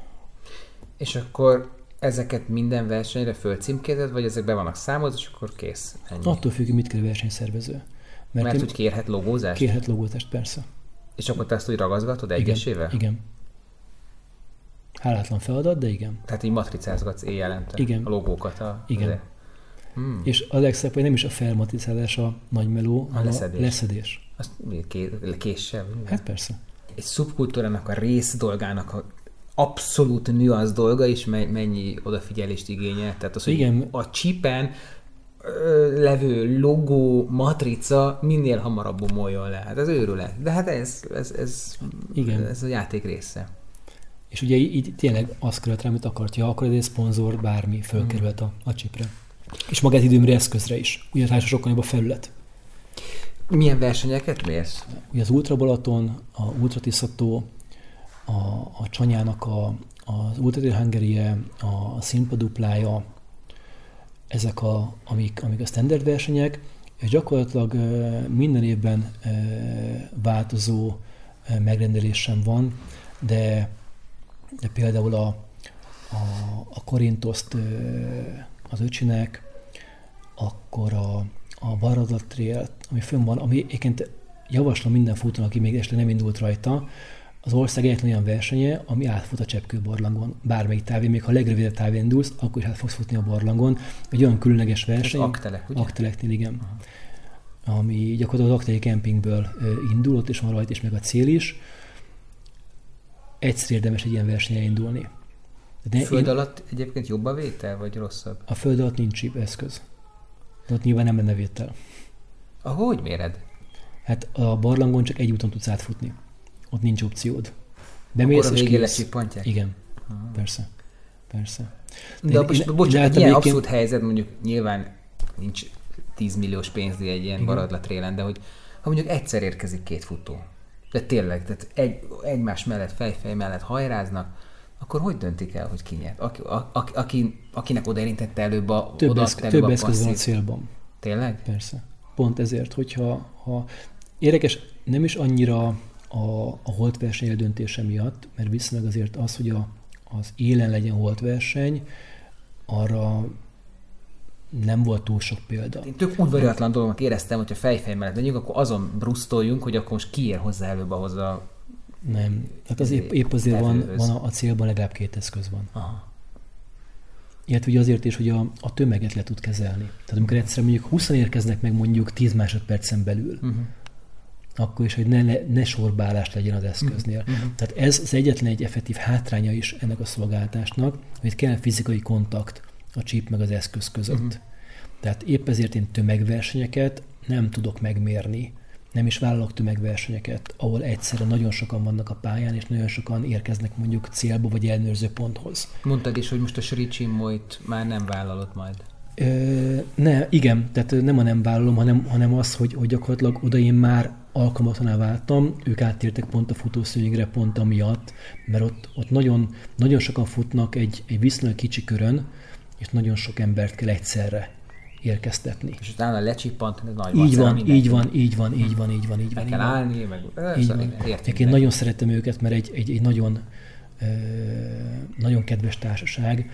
És akkor ezeket minden versenyre fölcímkézed, vagy ezek be vannak számolva, és akkor kész? Ennyi. Attól függ, mit kér a versenyszervező. Mert hogy kérhet logózást? Kérhet logózást, persze. És akkor te ezt úgy ragaszgatod egyesével? Igen. Hálátlan feladat, de igen. Tehát így matricázgatsz éjjelente igen. A logókat. Igen. És a legszebb, hogy nem is a felmatricázás a nagy meló, hanem a leszedés. Azt késsel? Hát persze. Egy szubkultúrának a rész dolgának a abszolút nüansz dolga is mennyi odafigyelést igényel. Tehát az, hogy igen. A chipen levő logó, matrica minél hamarabb bomoljon le. Hát ez őrület. De hát ez a játék része. És ugye így tényleg azt követ rá, amit akart. Ha akar egy szponzor, bármi fölkerült a chipre. És magát időmre eszközre is. Ugye hát sokkal jobb a felület. Milyen versenyeket mérsz? Ugye az Ultra Balaton, a Ultra Tiszató, a Csanyának az Ultra Trail Hungary-je, a Színpa duplája, ezek amik a standard versenyek, és gyakorlatilag minden évben változó megrendelésem van, de például a Korintoszt az öcsinek, akkor a Baradlat Trail, ami fönn van, ami egyébként javaslom minden futónak, aki még esetleg nem indult rajta, az ország egyetlen olyan versenye, ami átfut a Cseppkő-barlangon. Bármelyik távén, még ha a legrövidebb távén indulsz, akkor is át fogsz futni a barlangon. Egy olyan különleges verseny. Ez Aktelek, ugye? Akteleknél, igen. Ami gyakorlatilag az Akteli kempingből indul, ott is van rajta is, meg a cél is. Egyszer érdemes egy ilyen versenyen indulni. De föld alatt egyébként jobb a vétel, vagy rosszabb? A föld alatt nincs eszköz. De ott nyilván nem lenne vétel. Hogy méred? Hát a barlangon csak egy úton tudsz átfutni. Ott nincs opciód. Bemész akkor a végén leszippantják? Igen, persze. De bocsánat, egy ilyen abszolút helyzet, mondjuk nyilván nincs 10 milliós pénzdíj egy ilyen Baradlat Trailen, de hogy ha mondjuk egyszer érkezik két futó, de tényleg, tehát egymás mellett, fejfej mellett hajráznak, akkor hogy döntik el, hogy ki nyert? Akinek odaérintette előbb több eszköz van a célban. Tényleg? Persze. Pont ezért, hogyha érdekes, nem is annyira a holtverseny eldöntése miatt, mert viszonylag azért az, hogy az élen legyen holtverseny, arra nem volt túl sok példa. Én tök udvariatlan dolognak éreztem, hogyha fejfej mellett megyünk, akkor azon brusztoljunk, hogy akkor most ki ér hozzá előbb ahhoz a... Nem. Tehát az épp azért van a célban legalább 2 eszköz van. Aha. Illetve ugye azért is, hogy a tömeget le tud kezelni. Tehát amikor egyszer mondjuk 20 érkeznek meg mondjuk 10 másodpercen belül, akkor is, hogy ne sorbálás legyen az eszköznél. Tehát ez az egyetlen egy effektív hátránya is ennek a szolgáltatásnak, hogy kell fizikai kontakt a chip meg az eszköz között. Tehát épp ezért én tömegversenyeket nem tudok megmérni. Nem is vállalok tömegversenyeket, ahol egyszerre nagyon sokan vannak a pályán, és nagyon sokan érkeznek mondjuk célba vagy ellenőrző ponthoz. Mondtad is, hogy most a Sri Chinmoyt már nem vállalod majd. Igen, tehát nem a nem vállalom, hanem az, hogy gyakorlatilag oda én már alkalmatlaná váltam, ők áttértek pont a futószőnyegre pont amiatt, mert ott nagyon, nagyon sokan futnak egy viszonylag kicsi körön, és nagyon sok embert kell egyszerre érkeztetni. És utána lecsippant, ez nagy így van. Meg kell állni, meg... Én nagyon szeretem őket, mert egy nagyon, nagyon kedves társaság.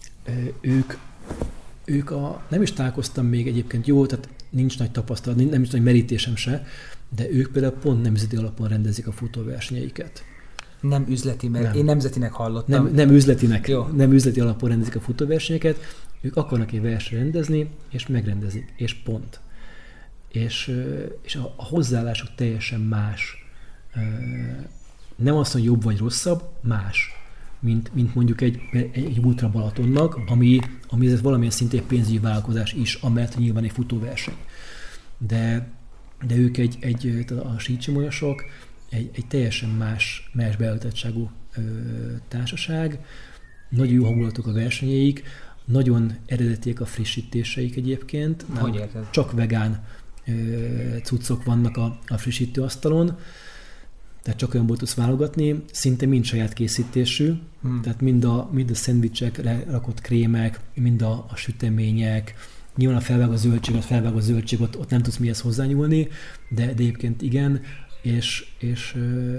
Ők nem is találkoztam még egyébként jól, tehát nincs nagy tapasztalat, nem is nagy merítésem se, de ők például pont nemzeti alapon rendezik a futóversenyeiket. Nem üzleti, mert én nemzetinek hallottam. Nem üzleti alapon rendezik a futóversenyeket, ők akarnak egy versenyt rendezni, és megrendezik, és pont. És a hozzáállásuk teljesen más. Nem azt, hogy jobb vagy rosszabb, más, mint mondjuk egy Ultra Balatonnak, ami valamilyen szintén pénzügyi vállalkozás is, amellett nyilván egy futóverseny. De ők a sícsimonyosok egy teljesen más beállítottságú társaság, nagyon jó hangulatok a versenyeik, nagyon eredetiek a frissítéseik egyébként. Hogy érted? Csak vegán cuccok vannak a frissítőasztalon, tehát csak olyan tudsz válogatni, szinte mind saját készítésű, tehát mind a szendvicsekre rakott krémek, mind a sütemények, nyilván a felvágott zöldség, ott nem tudsz mihez hozzányúlni, de egyébként igen, és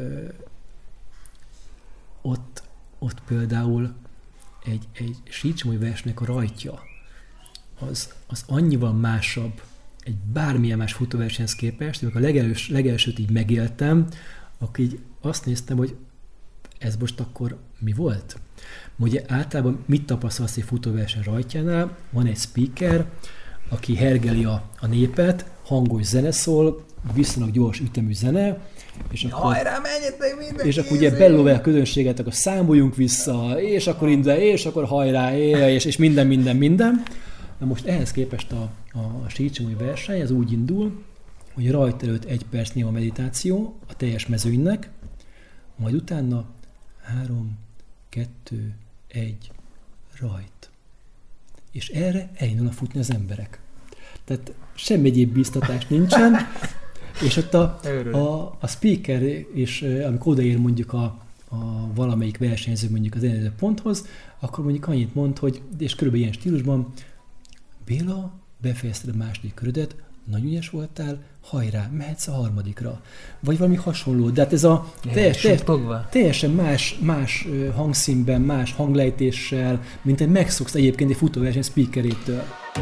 ott például egy sícsimói versenynek a rajtja az annyival másabb egy bármilyen más futóversenyhez képest, amikor a legelsőt így megéltem, akkor így azt néztem, hogy ez most akkor mi volt? Ugye általában mit tapasztalsz egy futóverseny rajtjánál? Van egy speaker, aki hergeli a népet, hangos zene szól, viszonylag gyors ütemű zene, és akkor, hajrá, menjetek mindenki! És akkor ugye bellóvál a közönséget, akkor számoljunk vissza, és akkor indul, és akkor hajrá, és minden. Na most ehhez képest a sícsimói verseny, ez úgy indul, hogy rajta előtt 1 perc néma meditáció a teljes mezőnynek, majd utána 3, 2, 1, rajt. És erre elindulnak futni az emberek. Tehát semmi egyéb bíztatás nincsen, és ott a speaker is, amikor odaér mondjuk a valamelyik versenyző mondjuk az előző ponthoz, akkor mondjuk annyit mond, hogy, és körülbelül ilyen stílusban, Béla, befejezted a második körödet, nagyon ügyes voltál, hajrá, mehetsz a harmadikra. Vagy valami hasonló. De hát ez a teljesen más hangszínben, más hanglejtéssel, mint egy megszoksz egyébként egy futóverseny speakerétől.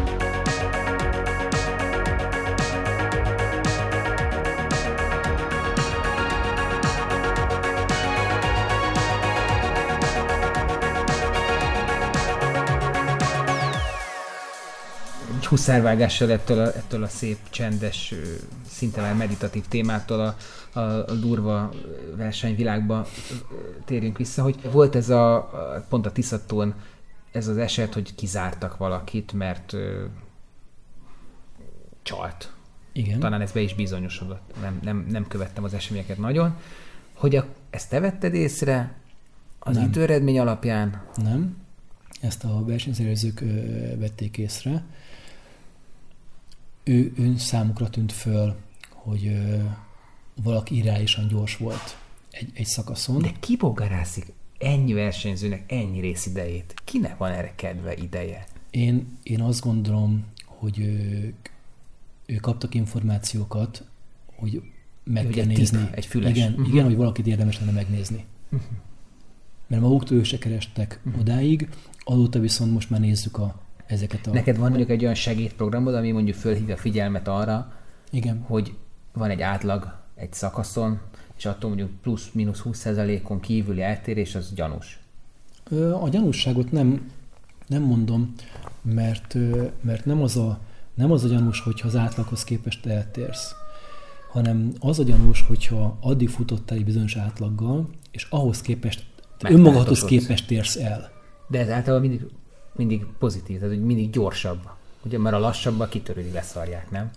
Huszárvágással ettől a szép, csendes, szinte már meditatív témától a durva versenyvilágba térjünk vissza, hogy volt ez pont a Tiszatón ez az eset, hogy kizártak valakit, mert csalt. Igen. Talán ez be is bizonyosodott. Nem követtem az eseményeket nagyon. Hogy ezt te vetted észre az időeredmény alapján? Nem. Ezt a versenyszervezők vették észre. Ő számukra tűnt föl, hogy valaki irreálisan gyors volt egy szakaszon. De ki bogarászik ennyi versenyzőnek ennyi részidejét? Kinek van erre kedve, ideje? Én azt gondolom, hogy ők kaptak információkat, hogy meg Hogy kell egy nézni. tip, egy füles. Igen, hogy valakit érdemes lenne megnézni. Mert maguktól ők se kerestek odáig, azóta viszont most már nézzük ezeket a... Neked van mondjuk egy olyan segédprogramod, ami mondjuk fölhívja a figyelmet arra, Igen. hogy van egy átlag egy szakaszon, és attól mondjuk plusz-minusz 20%-on kívüli eltérés, az gyanús. A gyanússágot nem mondom, mert nem az a gyanús, hogyha az átlaghoz képest eltérsz, hanem az a gyanús, hogyha addig futottál egy bizonyos átlaggal, és ahhoz képest, önmagadhoz képest térsz el. De ez általában mindig pozitív, tehát hogy mindig gyorsabb. Ugye, mert a lassabban kitörődik, leszarják, nem?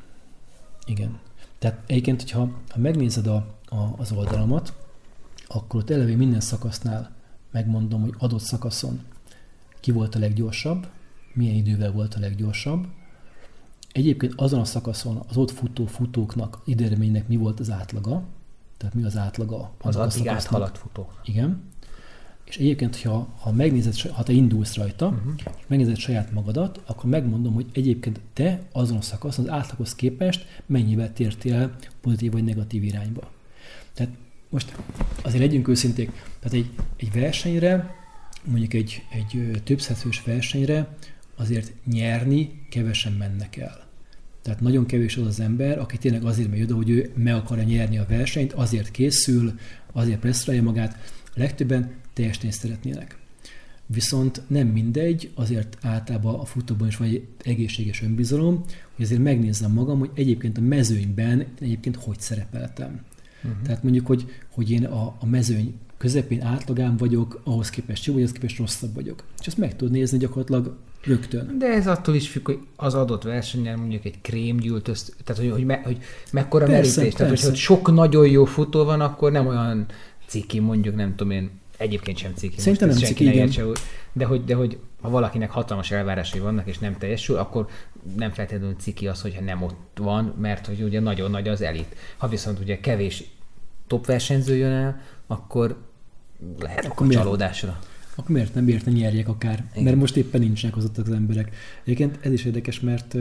Igen. Tehát egyébként, hogyha megnézed az oldalamat, akkor ott eleve minden szakasznál megmondom, hogy adott szakaszon ki volt a leggyorsabb, milyen idővel volt a leggyorsabb. Egyébként azon a szakaszon az ott futóknak, időeredménynek mi volt az átlaga, tehát mi az átlaga az addig szakasznak. áthaladt futó. Igen. És egyébként, ha megnézed, ha te indulsz rajta, és megnézed saját magadat, akkor megmondom, hogy egyébként te azon a szakaszon az átlaghoz képest mennyivel tértél el pozitív vagy negatív irányba. Tehát most azért legyünk őszinték, tehát egy versenyre, mondjuk egy több százfős versenyre azért nyerni kevesen mennek el. Tehát nagyon kevés az ember, aki tényleg azért megy oda, hogy ő meg akarja nyerni a versenyt, azért készül, azért presszolja magát, a legtöbben teljesíteni szeretnének. Viszont nem mindegy, azért általában a futóban is van egy egészséges önbizalom, hogy azért megnézzem magam, hogy egyébként a mezőnyben egyébként hogy szerepeltem. Tehát mondjuk, hogy én a mezőny közepén átlagán vagyok, ahhoz képest jó, vagy ahhoz képest rosszabb vagyok. És ezt meg tudod nézni gyakorlatilag rögtön. De ez attól is függ, hogy az adott versenyen mondjuk egy krém gyűlt össze, tehát hogy mekkora merítés. Tehát, hogy sok nagyon jó futó van, akkor nem olyan ciki, mondjuk nem tudom én, egyébként sem ciki. Szerintem nem ciki, igen. De hogy ha valakinek hatalmas elvárásai vannak, és nem teljesül, akkor nem feltétlenül ciki az, hogyha nem ott van, mert hogy ugye nagyon nagy az elit. Ha viszont ugye kevés top versenyző jön el, akkor lehet akkor csalódásra. Akkor miért nem nyerjek akár? Igen. Mert most éppen nincsenek az emberek. Egyébként ez is érdekes, mert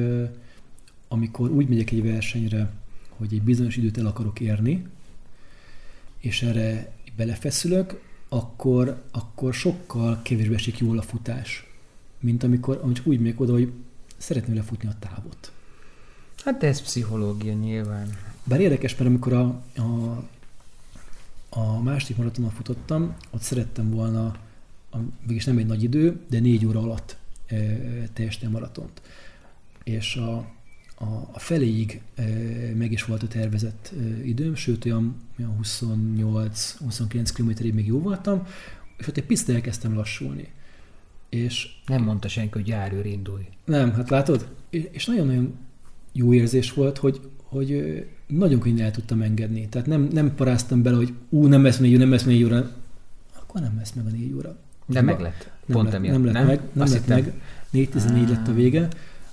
amikor úgy megyek egy versenyre, hogy egy bizonyos időt el akarok érni, és erre belefeszülök, akkor sokkal kevésbé esik jól a futás, mint amikor úgy megyek oda, hogy szeretném lefutni a távot. Hát ez pszichológia nyilván. Bár érdekes, mert amikor a második maratonon futottam, ott szerettem volna, mégis nem egy nagy idő, de 4 óra alatt teljesíteni a maratont. És a feléig meg is volt a tervezett időm, sőt olyan 28-29 kilométerig még jó voltam, és ott egy picit elkezdtem lassulni. És nem mondta senki, hogy járőr indulj. Nem, hát látod? És nagyon-nagyon jó érzés volt, hogy nagyon könnyen el tudtam engedni. Tehát nem paráztam bele, hogy nem lesz 4 óra, akkor nem lesz meg a 4 óra. De meg lett. Nem lett meg. 4:14 lett a vége,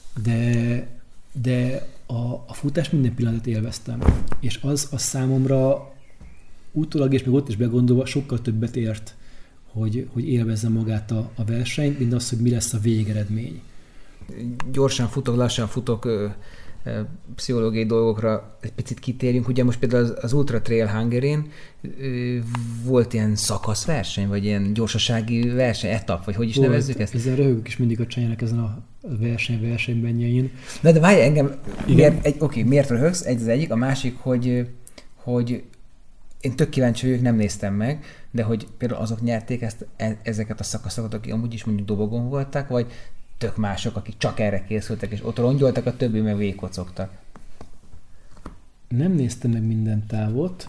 de a futás minden pillanatot élveztem. És az számomra utólag és még ott is begondolva sokkal többet ért, hogy élvezzem magát a versenyt, mint az, hogy mi lesz a végeredmény. Gyorsan futok, lassan futok, pszichológiai dolgokra egy picit kitérjünk. Ugye most például az Ultra Trail Hungary-n volt ilyen szakaszverseny, vagy ilyen gyorsasági verseny, etap, vagy hogy is nevezzük ezt? Ezzel röhögök is mindig a csajának ezen a versenybenjein. De várj engem, miért röhögsz? Ez az egyik, a másik, hogy én tök kíváncsi vagyok, nem néztem meg, de hogy például azok nyerték ezeket a szakaszokat, akik amúgy is mondjuk dobogon voltak, vagy tök mások, akik csak erre készültek, és ott rongyoltak, a többi meg végigkocogtak. Nem néztem meg minden távot.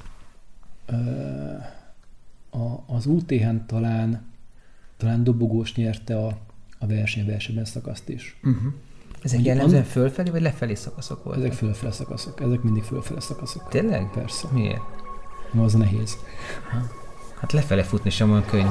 Az UTH-n talán dobogós nyerte a versenyben szakaszt is. Ezek jellemzően fölfelé, vagy lefelé szakaszok voltak? Ezek fölfele szakaszok. Ezek mindig fölfele szakaszok. Tényleg? Persze. Miért? Az nehéz. Hát lefele futni sem olyan könnyű.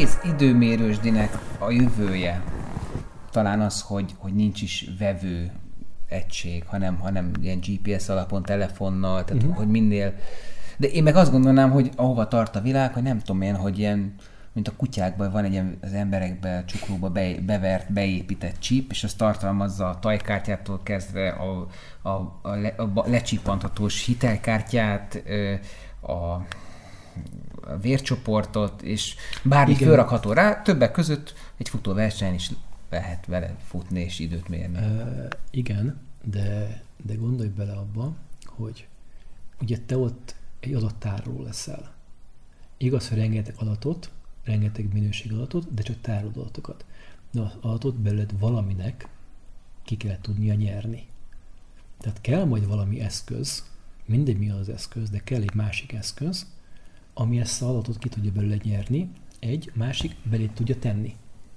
egész időmérősdinek a jövője talán az, hogy nincs is vevő egység, hanem ilyen GPS alapon, telefonnal, tehát hogy minél... De én meg azt gondolnám, hogy ahova tart a világ, hogy nem tudom én, hogy ilyen, mint a kutyákban van egy ilyen az emberekbe, csuklóba bevert, beépített chip, és az tartalmazza a tajkártyától kezdve a lecsipanthatós hitelkártyát, a vércsoportot, és bármi fölrakható rá, többek között egy futóversenyen is lehet vele futni és időt mérni. Igen, de gondolj bele abba, hogy ugye te ott egy adattároló leszel. Igaz, hogy rengeteg adatot, rengeteg minőség adatot, de csak tárolod adatokat. De az adatot belőled valaminek ki kell tudnia nyerni. Tehát kell majd valami eszköz, mindegy mi az eszköz, de kell egy másik eszköz, ami ezt az adatot ki tudja belőle nyerni, egy másik belé tudja tenni.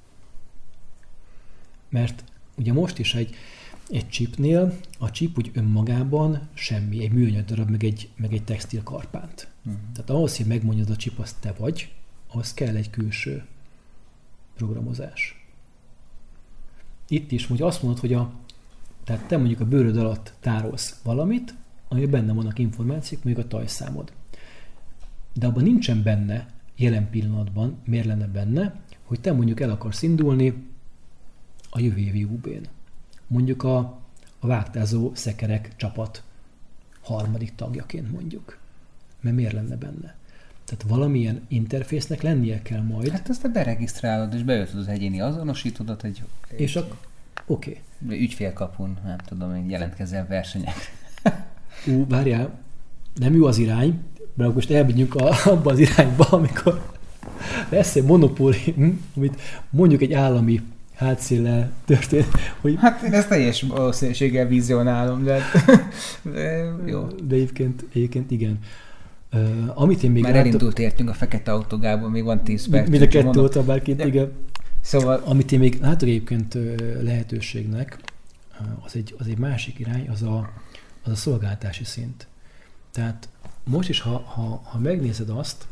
Mert ugye most is egy chipnél, a chip úgy önmagában semmi, egy műanyag darab, meg egy textil karpánt. Tehát ahhoz, hogy megmondjad a chip, azt te vagy, ahhoz kell egy külső programozás. Itt is mondjuk azt mondod, hogy tehát te mondjuk a bőröd alatt tárolsz valamit, ami benne vannak információk, mondjuk a tajszámod. De abban nincsen benne jelen pillanatban, miért lenne benne, hogy te mondjuk el akarsz indulni a jövő évi UB-n. Mondjuk a vágtázó szekerek csapat harmadik tagjaként mondjuk. Mert miért lenne benne? Tehát valamilyen interfésznek lennie kell majd. Hát ezt te beregisztrálod, és beöltöd az egyéni azonosítódat egy... És oké. Ügyfélkapun, nem tudom, én jelentkezzel versenyek. Várjál, nem jó az irány, mert most elmegyünk abba az irányba, amikor lesz egy monopólium, amit mondjuk egy állami hátszéllel történt. Hogy... Hát én ezt teljes valószínűséggel vizionálom, de jó. De egyébként igen. Amit én még már elindult értünk a fekete autógából, még van 10 perc. Mind a kettő óta bárként, igen. Szóval... Amit én még látok egyébként lehetőségnek, az egy másik irány, az a szolgáltási szint. Tehát most is, ha megnézed azt,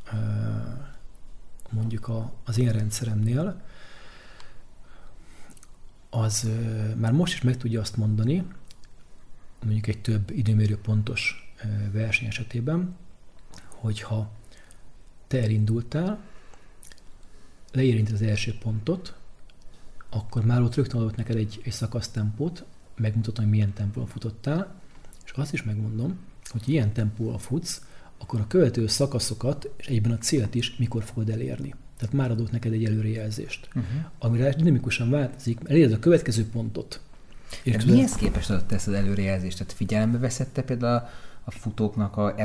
mondjuk az én rendszeremnél, az már most is meg tudja azt mondani, mondjuk egy több időmérő pontos verseny esetében, hogyha te elindultál, leérinted az első pontot, akkor már ott rögtön adott neked egy szakasztempót, megmutatom, hogy milyen tempóval futottál, és azt is megmondom, hogy ilyen tempóval futsz, akkor a követő szakaszokat, és egyben a célt is mikor fogod elérni. Tehát már adott neked egy előrejelzést, amire dinamikusan változik, eléred a következő pontot. És mihez képest adott ezt az előrejelzést? Tehát figyelembe veszette például a futóknak a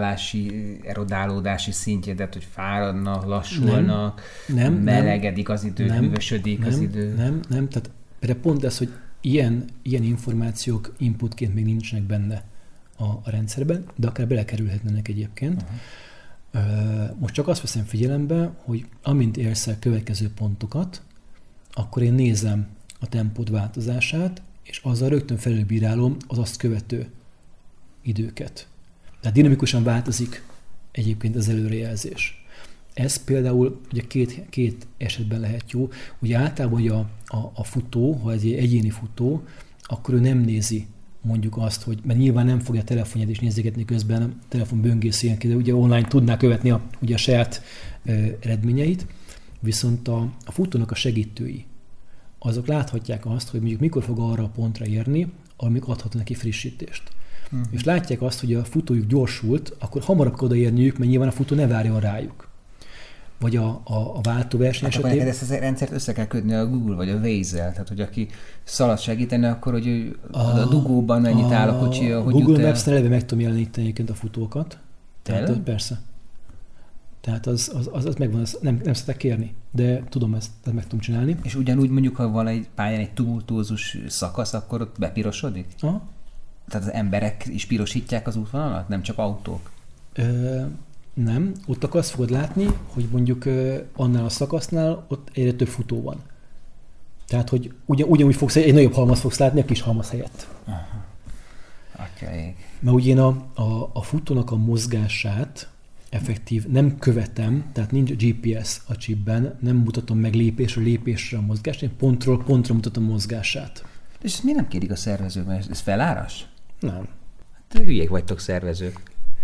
erodálódási szintjét, hogy fáradnak, lassulnak, melegedik az idő, hűvösödik az idő? Nem. Tehát például pont ez, hogy ilyen információk inputként még nincsenek benne a rendszerben, de akár belekerülhetnének egyébként. Most csak azt veszem figyelembe, hogy amint érsz el következő pontokat, akkor én nézem a tempód változását, és azzal rögtön felülbírálom az azt követő időket. Tehát dinamikusan változik egyébként az előrejelzés. Ez például ugye két esetben lehet jó. Ugye általában ugye a futó, ha egy egyéni futó, akkor ő nem nézi mondjuk azt, hogy, mert nyilván nem fogja a telefonját is nézegetni közben, a telefon böngészőjén, de ugye online tudná követni a saját eredményeit, viszont a futónak a segítői, azok láthatják azt, hogy mondjuk mikor fog arra a pontra érni, amikor adhat neki frissítést. És látják azt, hogy a futójuk gyorsult, akkor hamarabb kell odaérniük, mert nyilván a futó ne várjon rájuk. Vagy a váltóverseny esetében. Hát ezt a rendszert össze kell kötni a Google vagy a Waze-zel, tehát hogy aki szalad segíteni, akkor hogy ő a dugóban mennyit áll a kocsi, hogy Google Maps-nél eleve meg tudom jeleníteni egyébként a futókat. Tehát, persze. Tehát az megvan, nem szeretek kérni, de tudom ezt meg tudom csinálni. És ugyanúgy mondjuk, ha van egy pályán egy tumultuózus szakasz, akkor ott bepirosodik? Aha. Tehát az emberek is pirosítják az útvonalat, nem csak autók? Nem, ott akkor azt fogod látni, hogy mondjuk annál a szakasznál ott egyre több futó van. Tehát, hogy ugyanúgy fogsz egy nagyobb halmaz fogsz látni a kis halmaz helyett. Atyaik. Mert ugye én a futónak a mozgását effektív, nem követem, tehát nincs GPS a chipben, nem mutatom meg lépésről lépésre a mozgást, én pontról pontra mutatom a mozgását. És ezt miért nem kérik a szervezők, mert ez feláras? Nem. Hát hülyék vagytok szervezők.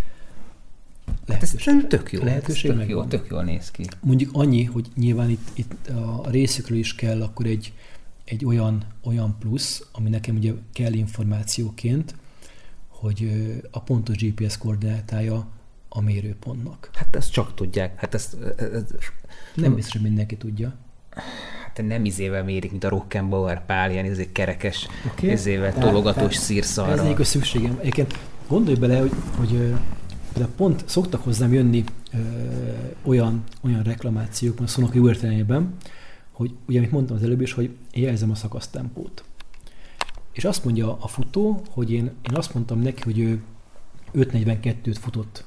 Ez tök jó. Lehetőség tök jól néz ki. Mondjuk annyi, hogy nyilván itt a részükről is kell akkor egy olyan plusz, ami nekem ugye kell információként, hogy a pontos GPS koordinátája a mérőpontnak. Hát ezt csak tudják. Hát ezt nem biztos, hogy mindenki tudja. Hát nem izével mérik, mint a Rockenbauer Pál, ilyen ezért kerekes, izével tologatós szírszarral. Ez egyébként szükségem. Egyébként gondolj bele, hogy pont szoktak hozzám jönni olyan reklamációk, a szónak jó értelemben, hogy ugye, amit mondtam az előbb is, hogy én jelzem a szakasztempót. És azt mondja a futó, hogy én azt mondtam neki, hogy ő 5:42-t futott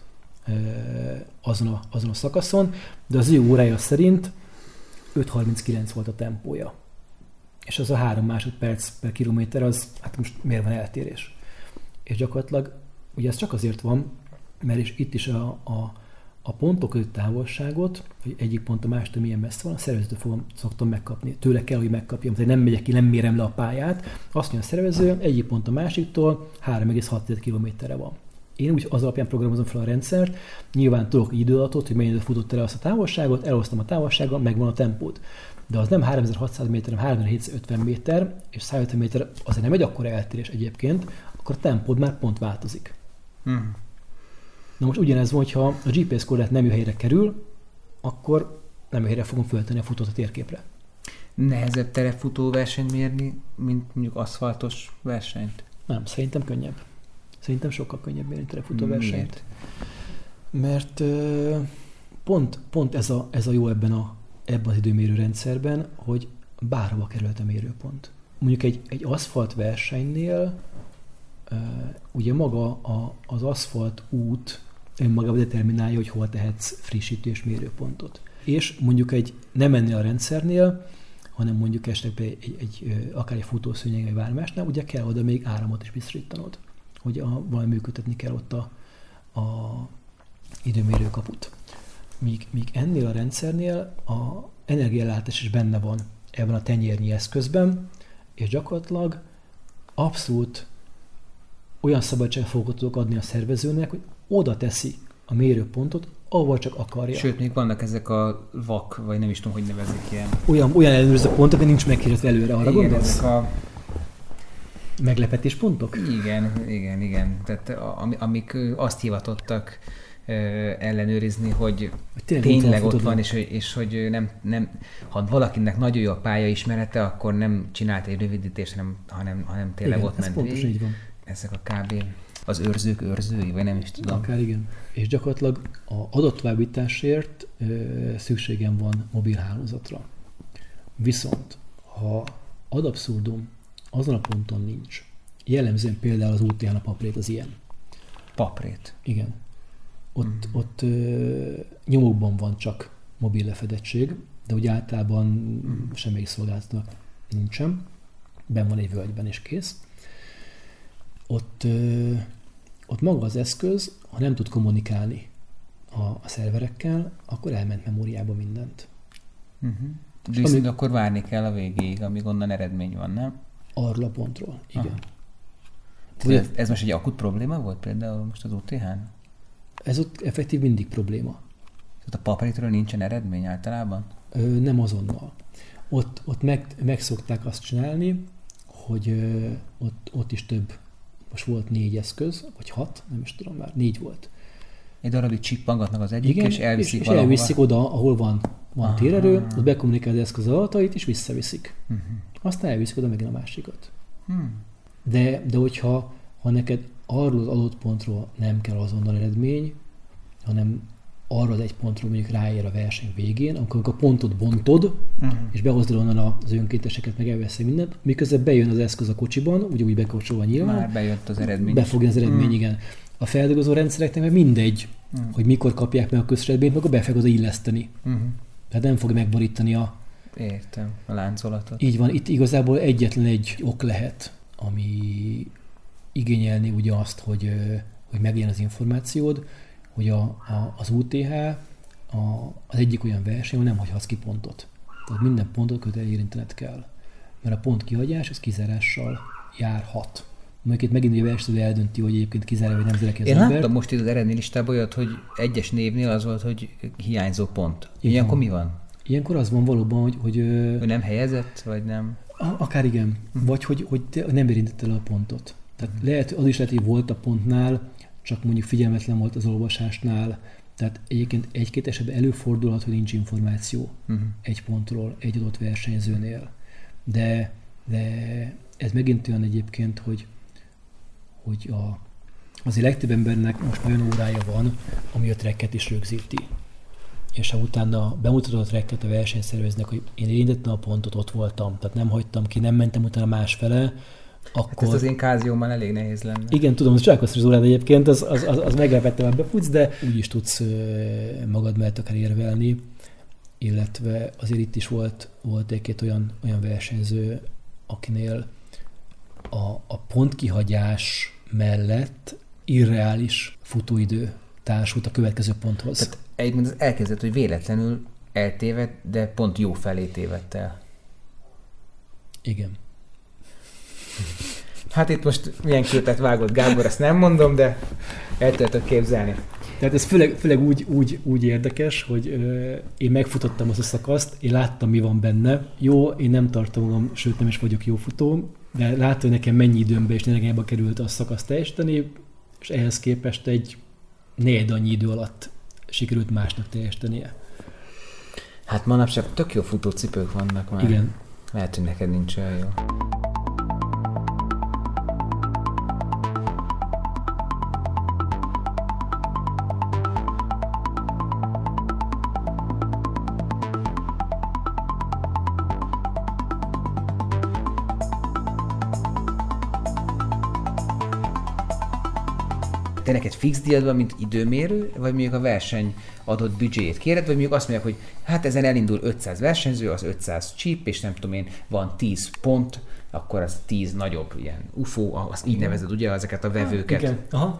azon a szakaszon, de az ő órája szerint 5:39 volt a tempója. És az a 3 másodperc per kilométer, az hát most miért van eltérés? És gyakorlatilag ugye ez csak azért van, mert is itt is a pontok között távolságot, hogy egyik pont a mástól milyen messze van, a szervezőtől szoktam megkapni. Tőle kell, hogy megkapjam, tehát nem megyek ki, nem mérem le a pályát. Azt mondja a szervező, egyik pont a másiktól 3,6 kilométerre van. Én úgy az alapján programozom fel a rendszert, nyilván tudok időadatot, hogy mennyire futott el azt a távolságot, elosztom a távolsággal, megvan a tempót. De az nem 3600 méter, hanem 3750 méter, és 150 méter azért nem egy akkora eltérés egyébként, akkor a tempód már pont változik. Na most ugyanez van, hogyha a GPS koordinát nem jó helyre kerül, akkor nem jó helyre fogom föltenni a futót a térképre. Nehezebb terepfutó versenyt mérni, mint mondjuk aszfaltos versenyt? Nem, szerintem könnyebb. Szerintem sokkal könnyebb mérni terepfutó versenyt. Mert pont ez a jó ebben az időmérő rendszerben, hogy bárhova került a mérőpont. Mondjuk egy aszfalt versenynél ugye maga az aszfalt út önmagában determinálja, hogy hol tehetsz frissítés mérőpontot. És mondjuk nem ennél a rendszernél, hanem mondjuk esetleg akár egy futószőnyeg, vagy bármásnál, ugye kell oda még áramot is biztosítanod, hogy valami működtetni kell ott a időmérőkaput. Míg ennél a rendszernél a energiaellátás is benne van ebben a tenyérnyi eszközben, és gyakorlatilag abszolút olyan szabadságfokokat tudok adni a szervezőnek, hogy oda teszi a mérőpontot, ahol csak akarja. Sőt, még vannak ezek a vak, vagy nem is tudom, hogy nevezik ilyen. Olyan ellenőrző pontok, hogy nincs meghirdetve előre, arra igen, gondolsz? Ezek a meglepetés pontok? Igen. Tehát amik azt hivatottak ellenőrizni, hogy tényleg ott van, és hogy nem, ha valakinek nagyon jó a pályaismerete, akkor nem csinált egy rövidítést, hanem tényleg igen, ott ment pontos, így van. Ezek a kb. Az őrzők őrzői, vagy nem is tudom. Akár igen. És gyakorlatilag az adattovábbításért szükségem van mobil hálózatra. Viszont, ha ad abszurdum azon a ponton nincs, jellemzően például az UTH-n a paprét az ilyen. Paprét? Igen. Ott nyomokban van csak mobil lefedettség, de úgy általában semmelyik szolgáltatónak nincsen. Benn van egy völgyben és kész. Ott maga az eszköz, ha nem tud kommunikálni a szerverekkel, akkor elment memóriába mindent. Viszont akkor várni kell a végéig, amíg onnan eredmény van, nem? Arról a pontról, igen. Ez most egy akut probléma volt például most az UTH-n? Ez ott effektív mindig probléma. Tehát a papritról nincsen eredmény általában? Nem azonnal. Ott meg szokták azt csinálni, hogy ott is több, most volt 4 eszköz, vagy 6, nem is tudom már, 4 volt. Egy darabig csippangatnak az egyik, igen, és elviszik és valahova. elviszik oda, ahol van térerő, ott bekommunikál az eszköz adatait, és visszaviszik. Aztán elviszik oda megint a másikat. De hogyha neked arról az adott pontról nem kell azonnal eredmény, hanem arra az egy pontról mondjuk ráér a verseny végén, amikor a pontot bontod, és behozod onnan az önkénteseket, meg elveszi mindent, miközben bejön az eszköz a kocsiban, úgy bekapcsolva nyilván. Már bejött az eredmény. Befogja az eredmény, igen. A feldolgozó rendszereknek meg mindegy, hogy mikor kapják meg a közredményt, meg a be fog oda illeszteni. Tehát nem fogja megborítani Értem, a láncolatot. Így van, itt igazából egyetlen egy ok lehet, ami igényelni ugye azt, hogy meglegyen az információd, hogy az UTH az egyik olyan verseny, ahol nem hagyhatsz ki pontot. Tehát minden pontot kötelező érintened kell. Mert a pont kihagyás, az kizárással járhat. Mondjuk itt megint a versenyző eldönti, hogy egyébként kizárja, vagy nem zárja ki az embert. Én láttam most itt az eredménylistában olyat, hogy egyes névnél az volt, hogy hiányzó pont. Ilyenkor mi van? Ilyenkor az van valóban, hogy nem helyezett, vagy nem? Akár igen. Vagy hogy nem érintette el a pontot. Tehát az is lehet, hogy volt a pontnál, csak mondjuk figyelmetlen volt az olvasásnál. Tehát egyébként egy-két esetben előfordulhat, hogy nincs információ egy pontról, egy adott versenyzőnél. De ez megint olyan egyébként, hogy azért legtöbb embernek most olyan órája van, ami a tracket is rögzíti. És ha utána bemutatod a tracket a versenyszervezőnek, hogy én érintettem a pontot, ott voltam, tehát nem hagytam ki, nem mentem utána másfele, akkor... Hát ez az én káziómmal elég nehéz lenne. Igen, tudom, hogy csálkoztatás az órád egyébként, az meglepettem, hogy befutsz, de úgy is tudsz magad mellett akár érvelni, illetve azért itt is volt egy-két olyan versenyző, akinél a pontkihagyás mellett irreális futóidő társult a következő ponthoz. Tehát egyébként az elkezdett, hogy véletlenül eltévedt, de pont jó felé tévedt el. Igen. Hát itt most milyen képet vágott Gábor, ezt nem mondom, de el tudjátok képzelni. Tehát ez főleg úgy érdekes, hogy én megfutottam azt a szakaszt, én láttam, mi van benne. Jó, én nem tartom magam, sőt nem is vagyok jó futó, de láttam, hogy nekem mennyi időmbe és nekem került a szakaszt teljesíteni, és ehhez képest egy negyed annyi idő alatt sikerült másnak teljesítenie. Hát manapság tök jó futócipők vannak már. Igen. Lehet, hogy neked nincs olyan jó. Te neked fix díjad van, mint időmérő, vagy mondjuk a verseny adott büdzséjét kéred, vagy mondjuk azt mondják, hogy hát ezen elindul 500 versenyző, az 500 csíp, és nem tudom én, van 10 pont, akkor az 10 nagyobb ilyen UFO, az így nevezed ugye ezeket a vevőket. Igen. Aha.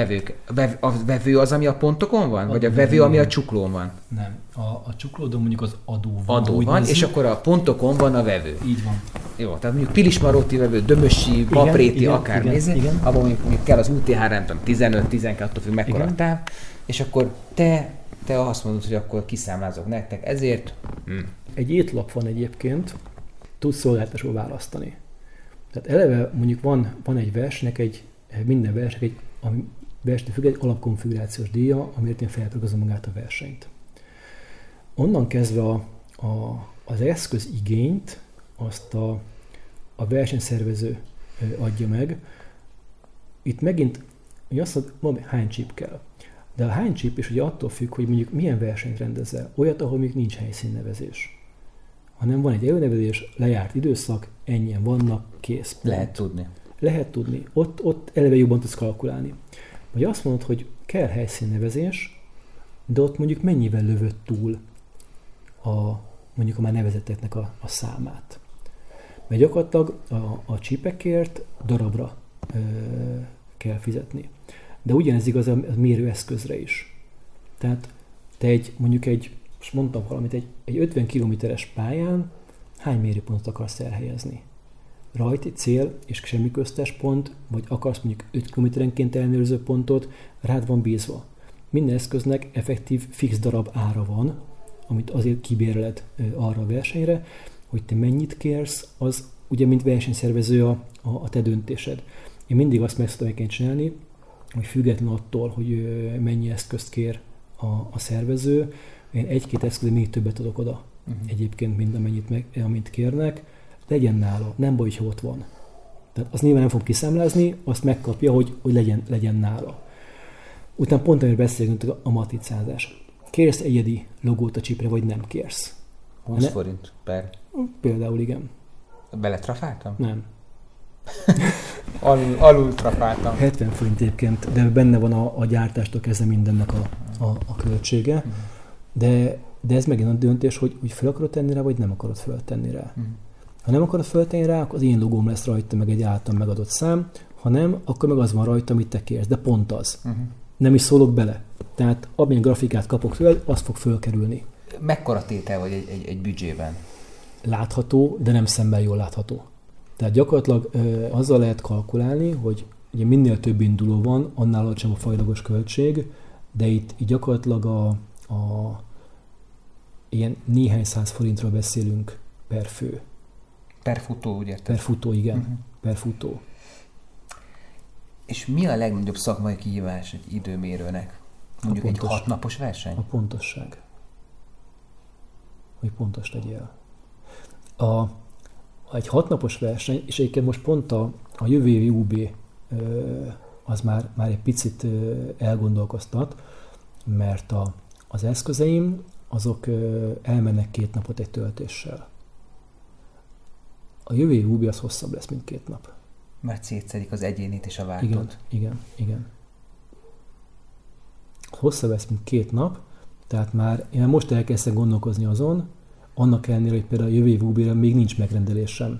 A vevő az, ami a pontokon van? Vagy a vevő, ami a csuklón van? Nem. A csuklódon mondjuk az adó van. Adó van, és akkor a pontokon van a vevő. Így van. Jó, tehát mondjuk Pilis Marotti vevő, Dömösi, Papréti, akár nézni, abban mondjuk kell az UTH, nem tudom, 15-12, függ mekkora a táv, és akkor te azt mondod, hogy akkor kiszámlázok nektek, ezért... Egy étlap van egyébként, tudsz szolgáltatásról választani. Tehát eleve mondjuk van egy versnek, minden versnek ami versenytől függ, egy alapkonfigurációs díja, amiért én felprogramozom magát a versenyt. Onnan kezdve az eszközigényt azt a versenyszervező adja meg. Itt megint, hogy azt mondod, hány chip kell. De a hány chip is ugye attól függ, hogy mondjuk milyen versenyt rendezel. Olyat, ahol még nincs helyszínnevezés. Hanem van egy előnevezés, lejárt időszak, ennyien vannak, kész. Pont. Lehet tudni. Ott eleve jobban tudsz kalkulálni. Vagy azt mondod, hogy kell helyszínnevezés, de ott mondjuk mennyivel lövöd túl mondjuk a már nevezetteknek a számát. Mert gyakorlatilag a csípekért darabra kell fizetni. De ugyanez igaz a mérőeszközre is. Tehát te most mondtam valamit, egy 50 kilométeres pályán hány mérőpontot akarsz elhelyezni? Rajti cél és semmi köztes pont, vagy akarsz mondjuk 5 kilométerenként ellenőrző pontot, rád van bízva. Minden eszköznek effektív fix darab ára van, amit azért kibérled arra a versenyre, hogy te mennyit kérsz, az ugye mint versenyszervező a te döntésed. Én mindig azt meg szoktam csinálni, hogy független attól, hogy mennyi eszközt kér a szervező, én egy-két eszközre még többet adok oda egyébként, mint amit kérnek, legyen nála, nem baj, hogy ott van. Tehát azt nyilván nem fog kiszámlázni, azt megkapja, hogy legyen nála. Utána pont, amiről beszélünk, a matricázás. Kérsz egyedi logót a csipre, vagy nem kérsz? 20 forint per? Például igen. Beletrafáltam? Nem. Alul trafáltam. 70 forint egyébként, de benne van a gyártástól kezdve mindennek a költsége. De ez megint a döntés, hogy fel akarod tenni rá, vagy nem akarod föltenni rá. Ha nem akarod föltenni rá, akkor az én logóm lesz rajta, meg egy általam megadott szám. Ha nem, akkor meg az van rajta, amit te kérsz. De pont az. Nem is szólok bele. Tehát amilyen grafikát kapok tőled, az fog fölkerülni. Mekkora tétel vagy egy büdzsében? Látható, de nem szemmel jól látható. Tehát gyakorlatilag azzal lehet kalkulálni, hogy ugye minél több induló van, annál alacsonyabb a fajlagos költség, de itt gyakorlatilag ilyen néhány száz forintról beszélünk per fő. Per futó, úgy érted? Per futó, igen. Per futó. És mi a legnagyobb szakmai kihívás egy időmérőnek? Mondjuk egy 6 napos verseny? A pontosság. Hogy pontos legyél. Egy 6 napos verseny, és egyébként most pont a jövő évi UB az már egy picit elgondolkoztat, mert az eszközeim azok elmennek 2 napot egy töltéssel. A jövő évi UB az hosszabb lesz, mint 2 nap. Mert szétszedik az egyénit és a váltót. Igen. Hosszabb lesz, mint 2 nap, tehát én most elkezdtem gondolkozni azon, annak ellenére, hogy például a jövő év UB-re még nincs megrendelésem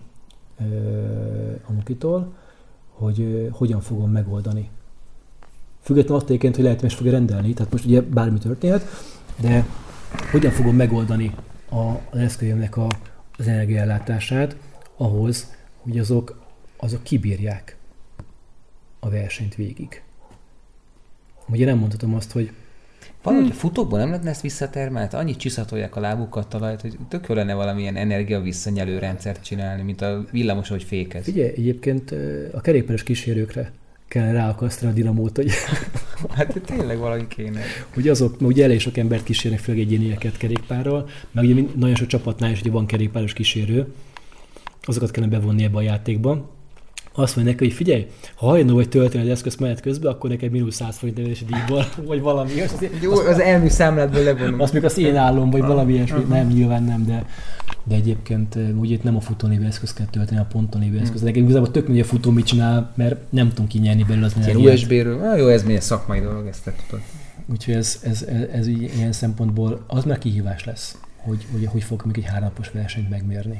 a Mukitól, hogy hogyan fogom megoldani. Függetlenül attól egyébként, hogy lehet, hogy meg fogja rendelni, tehát most ugye bármi történhet, de hogyan fogom megoldani az eszközömnek az energiaellátását ahhoz, hogy azok kibírják a versenyt végig. Ugye nem mondhatom azt, hogy valahogy a futókból nem lehetne ezt visszatermelni? Annyit csiszatolják a lábukat talajt, hogy tök jó lenne valamilyen energia visszanyelő rendszert csinálni, mint a villamos, hogy fékez. Figyelj, egyébként a kerékpáros kísérőkre kellene ráakasztani a dinamót, hogy... Hát tényleg valaki kéne. Hogy azok, ugye elég sok embert kísérnek, főleg egyénieket kerékpárral, meg ugye nagyon sok csapatnál is ugye van kerékpáros kísérő, azokat kellene bevonni ebbe a játékba. Azt mondja neki, hogy figyelj, ha hajlandó vagy tölteni az eszközt menet közben, akkor neked mínusz 100 forint nevelési díjból, vagy valami. Jó, az elmű számlátból levonom. Azt még az én állom, vagy valami ilyesmi. Nem, nyilván nem, de egyébként ugye itt nem a futónévű eszköz kell tölteni, a pontonévű eszköz. Nekem igazából tök mindegy a futó mit csinál, mert nem tudom kinyerni belőle az energiát. USB-ről, jó, ez milyen szakmai dolog, ezt te tudod. Úgyhogy ez ilyen szempontból az már kihívás lesz, hogy fogok még egy 3 napos versenyt megmérni.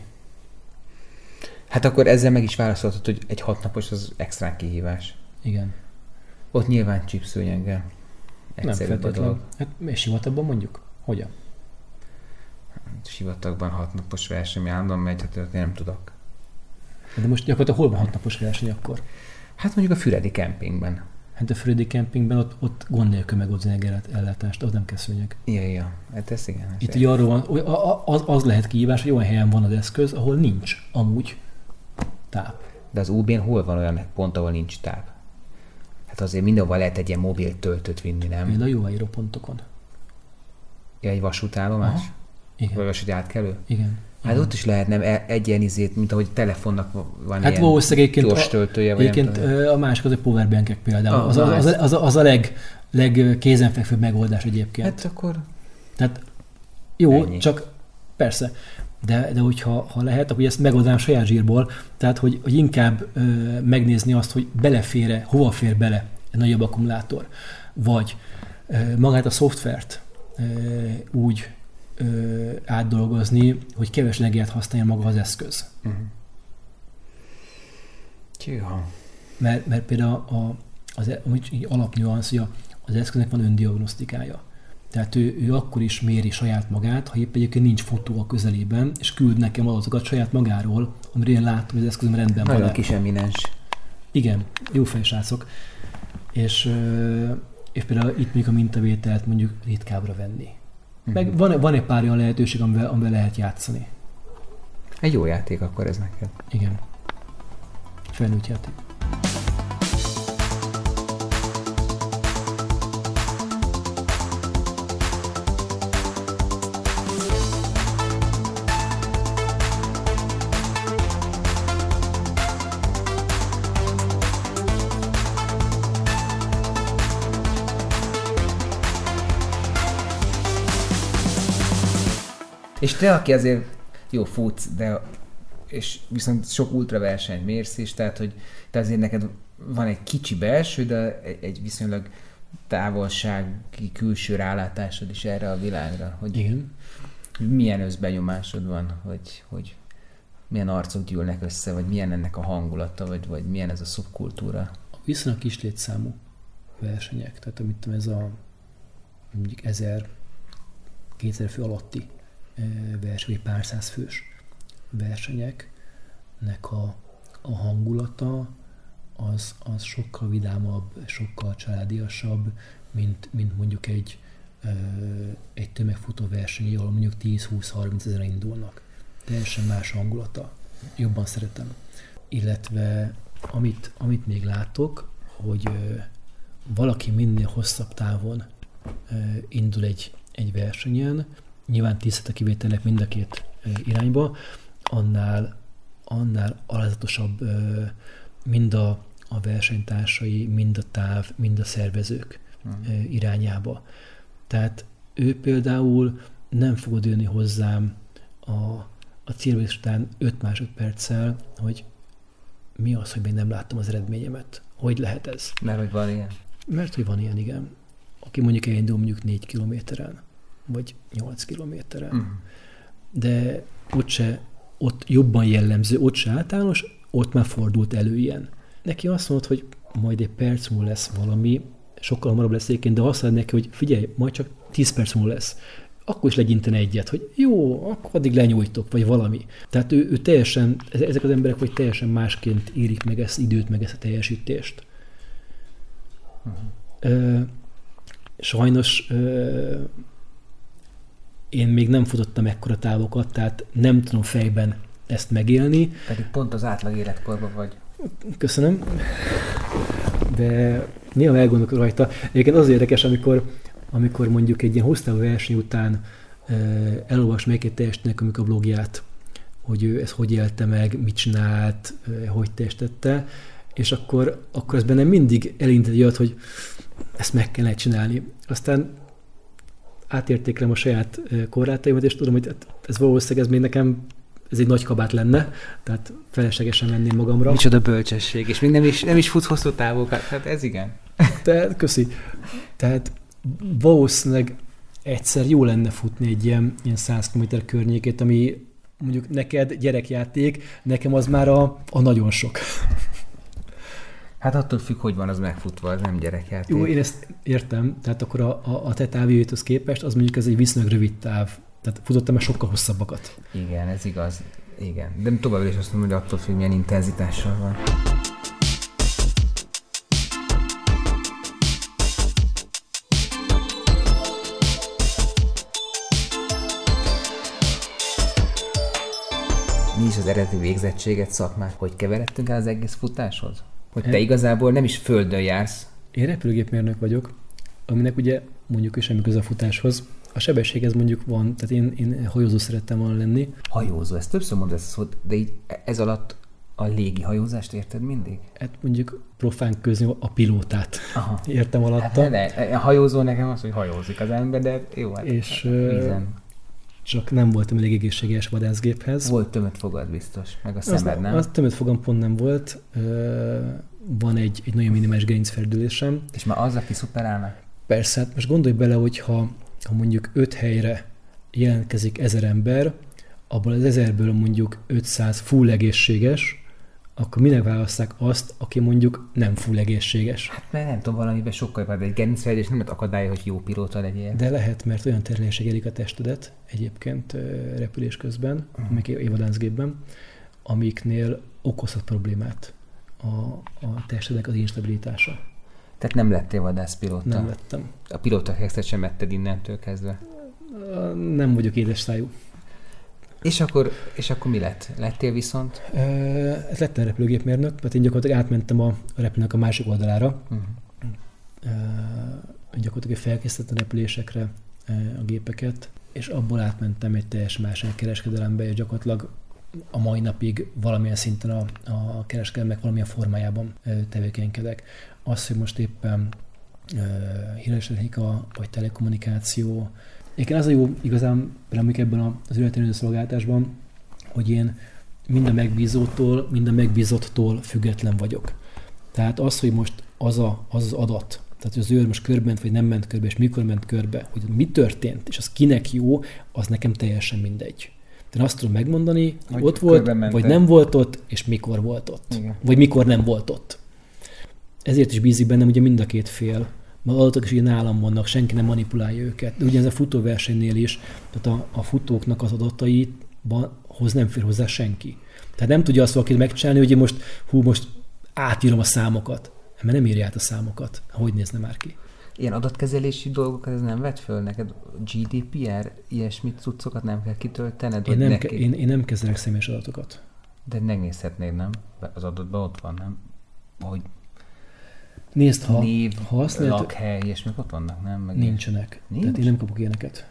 Hát akkor ezzel meg is válaszolhatod, hogy egy 6 napos az extrán kihívás. Igen. Ott nyilván csípszőnyeggel. Egyszerűbb a dolog. Hát sivatagban mondjuk? Hogyan? Sivatagban 6 napos verseny, ami állandóan megy, hát nem tudok. De most gyakorlatilag hol van 6 napos verseny akkor? Hát mondjuk a Füredi kempingben. Hát a Füredi kempingben ott gond nélkül megoldani ellátást, ott nem kell szőnyeg. Ja. Hát ez igen. Itt ugye arról van, az lehet kihívás, hogy olyan helyen van az eszköz, ahol nincs amúgy táp. De az UB-n hol van olyan pont, ahol nincs táp? Hát azért mindenhol lehet egy ilyen mobil töltőt vinni, nem? Például jó helyíró pontokon. Ja, egy vasútállomás? Igen. Vagy vasúti átkelő? Igen. Hát igen. Ott is lehet nem egy ilyen izét, mint ahogy telefonnak van hát ilyen gyors töltője. Egyébként a másik az a powerbankek például. Az a legkézenfekvőbb megoldás egyébként. Hát akkor... Tehát jó, ennyi. csak persze. De hogyha lehet, akkor ezt megoldanám saját zsírból, tehát hogy inkább megnézni azt, hogy belefér-e, hova fér bele egy nagyobb akkumulátor, vagy magát a szoftvert úgy átdolgozni, hogy kevés energiát használja maga az eszköz. Mert például az alapnyuansz, hogy az eszköznek van öndiagnosztikája. Tehát ő akkor is méri saját magát, ha épp egyébként nincs fotó a közelében, és küld nekem adatokat saját magáról, amire én látom, hogy az eszközöm rendben van. Nagyon kis eminens. Igen, jó fejsrácok. És például itt még a mintavételt mondjuk ritkábbra venni. Meg van egy pár olyan lehetőség, amivel lehet játszani. Egy jó játék akkor ez neked. Igen. Felnőtt játék. És te, aki azért jó futsz, és viszont sok ultraversenyt mérsz is, tehát hogy te azért neked van egy kicsi belső, de egy viszonylag távolsági külső rálátásod is erre a világra. Hogy igen. Milyen összbenyomásod van, hogy milyen arcok gyűlnek össze, vagy milyen ennek a hangulata, vagy milyen ez a szubkultúra? Viszonylag kis létszámú versenyek, tehát amit ez a mondjuk 1000-2000 fő alatti verseny, vagy pár száz fős versenyeknek a hangulata az sokkal vidámabb, sokkal családiasabb, mint mondjuk egy tömegfutó verseny, ahol mondjuk 10-20-30 ezer indulnak. Teljesen más hangulata. Jobban szeretem. Illetve amit még látok, hogy valaki minél hosszabb távon indul egy versenyen, nyilván tisztelt a kivételnek mind a két irányba, annál alázatosabb mind a versenytársai, mind a táv, mind a szervezők irányába. Tehát ő például nem fogod jönni hozzám a célvégzés után 5 másodperccel, hogy mi az, hogy még nem láttam az eredményemet. Hogy lehet ez? Mert hogy van ilyen? Mert hogy van ilyen, igen. Aki mondjuk elindul mondjuk 4 kilométeren, vagy 8 kilométeren. De ott jobban jellemző, ott se általános, ott már fordult elő ilyen. Neki azt mondod, hogy majd egy perc múlva lesz valami, sokkal hamarabb lesz egyébként, de azt mondod neki, hogy figyelj, majd csak 10 perc múlva lesz. Akkor is legyintene egyet, hogy jó, akkor addig lenyújtok, vagy valami. Tehát ő teljesen, ezek az emberek vagy teljesen másként érik meg ezt időt, meg ezt a teljesítést. Sajnos én még nem futottam ekkora távokat, tehát nem tudom fejben ezt megélni. Pedig pont az átlag életkorban vagy. Köszönöm. De néha elgondolkodom rajta. Egyébként az érdekes, amikor mondjuk egy ilyen hosszú távú verseny után elolvas meg egy teljesítőnek a blogját, hogy ő ezt hogy élte meg, mit csinált, hogy teljesítette, és akkor ez bennem mindig elindít egy olyat, hogy ezt meg kellene csinálni. Aztán átértékelem a saját korlátaimat, és tudom, hogy ez valószínűleg ez még nekem ez egy nagy kabát lenne, tehát feleslegesen menném magamra. Micsoda bölcsesség, és még nem is futsz hosszú távokat, hát ez igen. Köszi. Tehát valószínűleg egyszer jó lenne futni egy ilyen 100 km környékét, ami mondjuk neked gyerekjáték, nekem az már a nagyon sok. Hát attól függ, hogy van az megfutva, az nem gyerekjáték. Jó, én ezt értem, tehát akkor a te távjaidhoz képest az mondjuk ez egy viszonylag rövid táv. Tehát futottam már sokkal hosszabbakat. Igen, ez igaz. Igen. De továbbra is azt mondom, hogy attól függ, milyen intenzitással van. Mi is az eredeti végzettséget, szakmát? Hogy keveredtünk el az egész futáshoz? Hogy te igazából nem is földön jársz. Én repülőgépmérnök vagyok, aminek ugye mondjuk is semmi köze a futáshoz. A sebességhez mondjuk van, tehát én hajózó szerettem volna lenni. Hajózó, ezt többször mondod, de így ez alatt a légi hajózást érted mindig? Hát mondjuk profán közni a pilótát. Aha. Értem alatta. Hát a hajózó nekem az, hogy hajózik az ember, de jó, hát és csak nem voltam elég egészséges vadászgéphez. Volt tömötfogad biztos, meg a szemed, nem? Az tömötfogam pont nem volt. Van egy nagyon minimális gerincferdülésem. És már az, aki szuperálnak? Persze, hát most gondolj bele, hogy ha mondjuk 5 helyre jelentkezik 1000 ember, abból az 1000-ből mondjuk 500 full egészséges, akkor minek válasszák azt, aki mondjuk nem full egészséges? Hát mert nem tudom, valamiben sokkal jobb, de egy gerincferdülés nem lehet akadálya, hogy jó pilóta legyél. De lehet, mert olyan terhelések érik a testedet egyébként repülés közben, még vadászgépben, amiknél okozhat problémát a testednek az instabilitása. Tehát nem lettél vadászpilóta? Nem lettem. A pilótakekszet sem vetted innentől kezdve? Nem vagyok édes szájú. És akkor mi lett? Lettél viszont? Lettem repülőgépmérnök, tehát én gyakorlatilag átmentem a repülőnek a másik oldalára. Gyakorlatilag felkészítettem a repülésekre a gépeket, és abból átmentem egy teljes más kereskedelembe, és gyakorlatilag a mai napig valamilyen szinten a kereskedelmek valamilyen formájában tevékenykedek. Az, hogy most éppen híres technika vagy telekommunikáció. Egyébként az a jó igazán, amik ebben az életlenő szolgáltatásban, hogy én mind a megbízótól, mind a megbízottól független vagyok. Tehát az, hogy most az az adat, tehát hogy az őr most körbe ment, vagy nem ment körbe, és mikor ment körbe, hogy mi történt, és az kinek jó, az nekem teljesen mindegy. Tehát azt tudom megmondani, hogy ott volt, vagy nem volt ott, és mikor volt ott. Igen. Vagy mikor nem volt ott. Ezért is bízik bennem ugye mind a két fél, Ma adatok is ugye nálam vannak, senki nem manipulálja őket. De ugyanez a futóversenynél is, tehát a futóknak az adataihoz nem fér hozzá senki. Tehát nem tudja azt valaki megcsinálni, hogy most átírom a számokat. Mert nem írja át a számokat. Hogy nézne már ki? Ilyen adatkezelési dolgokat ez nem vett föl neked? GDPR, ilyesmit cuccokat nem kell kitöltened? Én nem kezelek személyes adatokat. De megnézhetnéd, nem? Az adatban ott van, nem? Hogy nézd, név, ha használod, lakhely, ilyesmik ott vannak, nem? Meg nincsenek. Nincs? Tehát én nem kapok ilyeneket.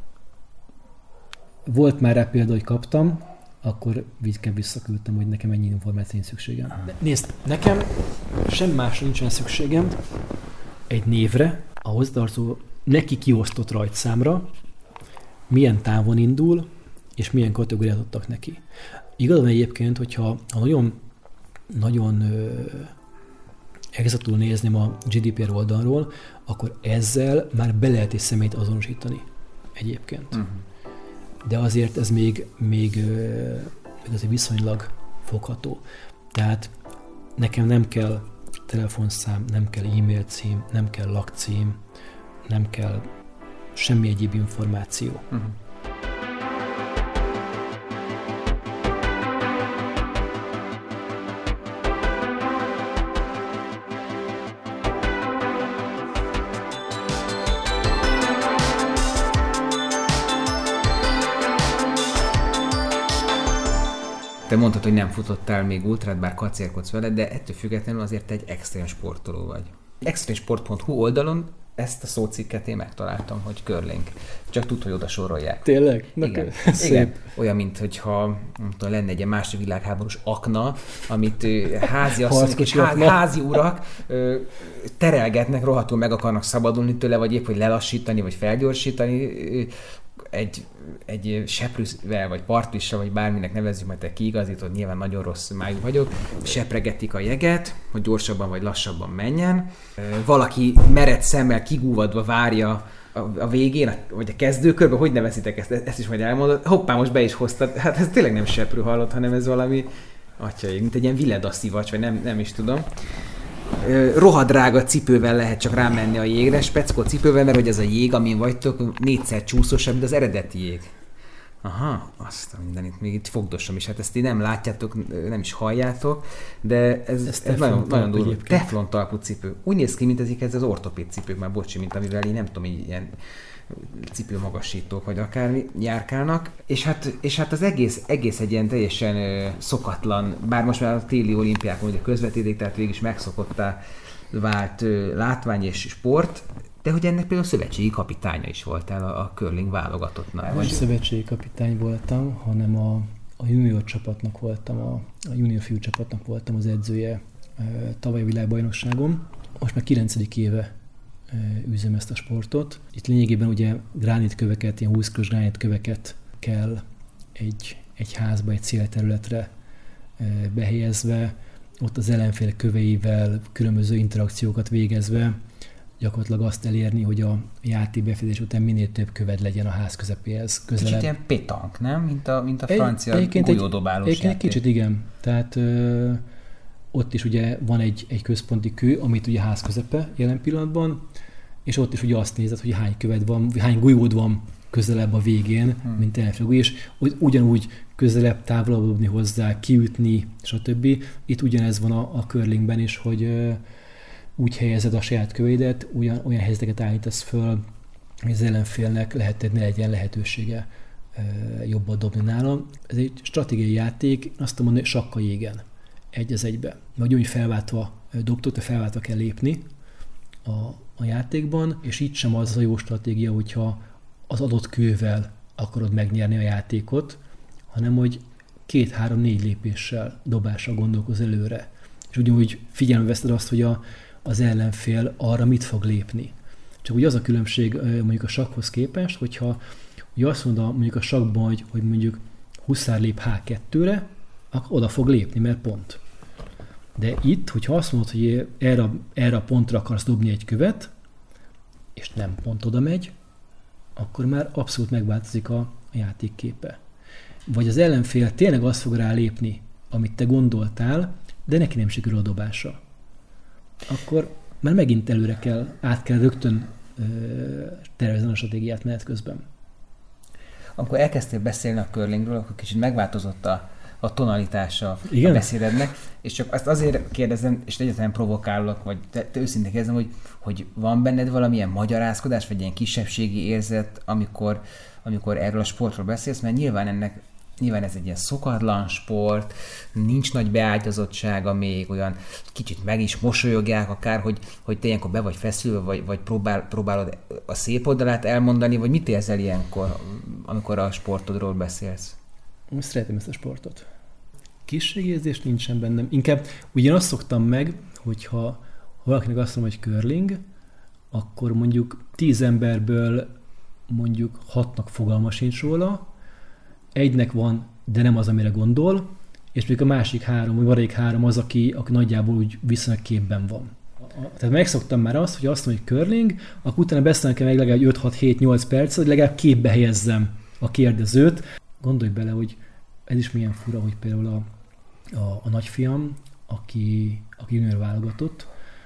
Volt már rá példa, hogy kaptam, akkor visszaküldtem, hogy nekem ennyi információ szükségem. Nézd, nekem sem másra nincsen szükségem, egy névre, a hozzátartozó neki kiosztott rajtszámra, milyen távon indul, és milyen kategóriát adtak neki. Igaz van egyébként, hogyha nagyon exaktul nézném a GDPR oldalról, akkor ezzel már be lehet egy személyt azonosítani egyébként. Uh-huh. De azért ez még azért viszonylag fogható. Tehát nekem nem kell telefonszám, nem kell e-mail cím, nem kell lakcím, nem kell semmi egyéb információ. Uh-huh. Te mondtad, hogy nem futottál még ultrát, bár kacérkodsz vele, de ettől függetlenül azért te egy extrém sportoló vagy. Extremsport.hu oldalon ezt a szócikket én megtaláltam, hogy curling. Csak tudd, hogy oda sorolják. Tényleg? Igen. Igen. Olyan, mintha lenne egy ilyen második világháborús akna, amit házi urak terelgetnek, rohadtul meg akarnak szabadulni tőle, vagy épp, hogy lelassítani, vagy felgyorsítani. Egy seprűvel, vagy partpissal, vagy bárminek nevezzük, mert te kiigazítod, nyilván nagyon rossz májú vagyok, sepregetik a jeget, hogy gyorsabban vagy lassabban menjen. Valaki mered szemmel kigúvadva várja a végén, vagy a kezdőkörben, hogy nevezitek ezt is majd elmondod. Hoppá, most be is hoztad. Hát ez tényleg nem seprű hallott, hanem ez valami, atyaig, mint egy ilyen viledaszivacs, vagy nem is tudom. Rohadrága cipővel lehet csak rámenni a jégre, speckó cipővel, mert hogy ez a jég, amin vagytok, 4-szer csúszósabb, mint az eredeti jég. Aha, azt a mindenit, még itt fogdosom is, hát ezt így nem látjátok, nem is halljátok, de ez nagyon durva. Teflon talpú cipő. Úgy néz ki, mint ez az ortopéd cipők, már bocsi, mint amivel én nem tudom, így ilyen cipőmagasítók, vagy akármi járkálnak, és hát az egész egy ilyen teljesen szokatlan, bár most már a téli olimpiákon ugye közvetítik, tehát végig is megszokottá vált látvány és sport, de hogy ennek például szövetségi kapitánya is voltál a curling válogatottnak. Nem szövetségi kapitány voltam, hanem a junior csapatnak voltam, a junior fiú csapatnak voltam az edzője tavaly világbajnokságon. Most már 9. éve űzöm ezt a sportot. Itt lényegében ugye gránitköveket, ilyen 20 kg gránitköveket kell egy házba, egy célterületre behelyezve, ott az ellenfél köveivel különböző interakciókat végezve, gyakorlatilag azt elérni, hogy a játék befejezés után minél több köved legyen a ház közepéhez közelebb. Kicsit ilyen pétank, nem? Mint a francia golyódobálós játék. Kicsit igen. Tehát ott is ugye van egy központi kő, amit ugye ház közepe jelen pillanatban, és ott is ugye azt nézed, hogy hány köved van, hány golyód van közelebb a végén, mint ellenfél, és ugyanúgy közelebb, távolabb dobni hozzá, kiütni, stb. Itt ugyanez van a curlingben is, hogy úgy helyezed a saját köveidet, olyan helyzeteket állítasz föl, hogy az ellenfélnek ne legyen lehetősége jobban dobni nálam. Ez egy stratégiai játék, azt mondom, hogy sakka jégen, 1-1-be. Vagy úgy felváltva dobtok, te felváltva kell lépni a játékban, és itt sem az a jó stratégia, hogyha az adott kővel akarod megnyerni a játékot, hanem hogy 2-3-4 lépéssel, dobással gondolkoz előre. És ugyanúgy figyelme veszed azt, hogy az ellenfél arra mit fog lépni. Csak úgy az a különbség mondjuk a sakkhoz képest, hogyha ugye azt mondod mondjuk a sakkban, hogy mondjuk huszár lép H2-re, akkor oda fog lépni, mert pont. De itt, hogyha azt mondod, hogy erre a pontra akarsz dobni egy követ, és nem pont oda megy, akkor már abszolút megváltozik a játékképe. Vagy az ellenfél tényleg azt fog rá lépni, amit te gondoltál, de neki nem sikerül a dobása. Akkor már megint át kell rögtön tervezni a stratégiát menet közben. Amikor elkezdtél beszélni a curlingről, akkor kicsit megváltozott a tonalitása a beszédednek, és csak azt azért kérdezem, és egyáltalán provokálok, vagy te őszintén kérdezem, hogy van benned valamilyen magyarázkodás, vagy ilyen kisebbségi érzet, amikor erről a sportról beszélsz, mert nyilván ez egy ilyen szokatlan sport, nincs nagy beágyazottsága még, olyan kicsit meg is mosolyogják akár, hogy te ilyenkor be vagy feszülve, vagy próbálod a szép oldalát elmondani, vagy mit érzel ilyenkor, amikor a sportodról beszélsz? Most szeretem ezt a sportot. Kisebbségérzés nincsen bennem. Inkább ugyan azt szoktam meg, hogyha valakinek azt mondom, hogy curling, akkor mondjuk 10 emberből mondjuk 6-nak fogalma sincs róla, egynek van, de nem az, amire gondol, és még a másik 3, vagy maradék 3 az, aki nagyjából úgy viszonylag képben van. Tehát megszoktam már azt, hogy azt mondom, hogy curling, akkor utána beszélnek meg legalább 5-6-7-8 perc, hogy legalább képbe helyezzem a kérdezőt. Gondolj bele, hogy ez is milyen fura, hogy például a nagyfiam, aki junior válogatott,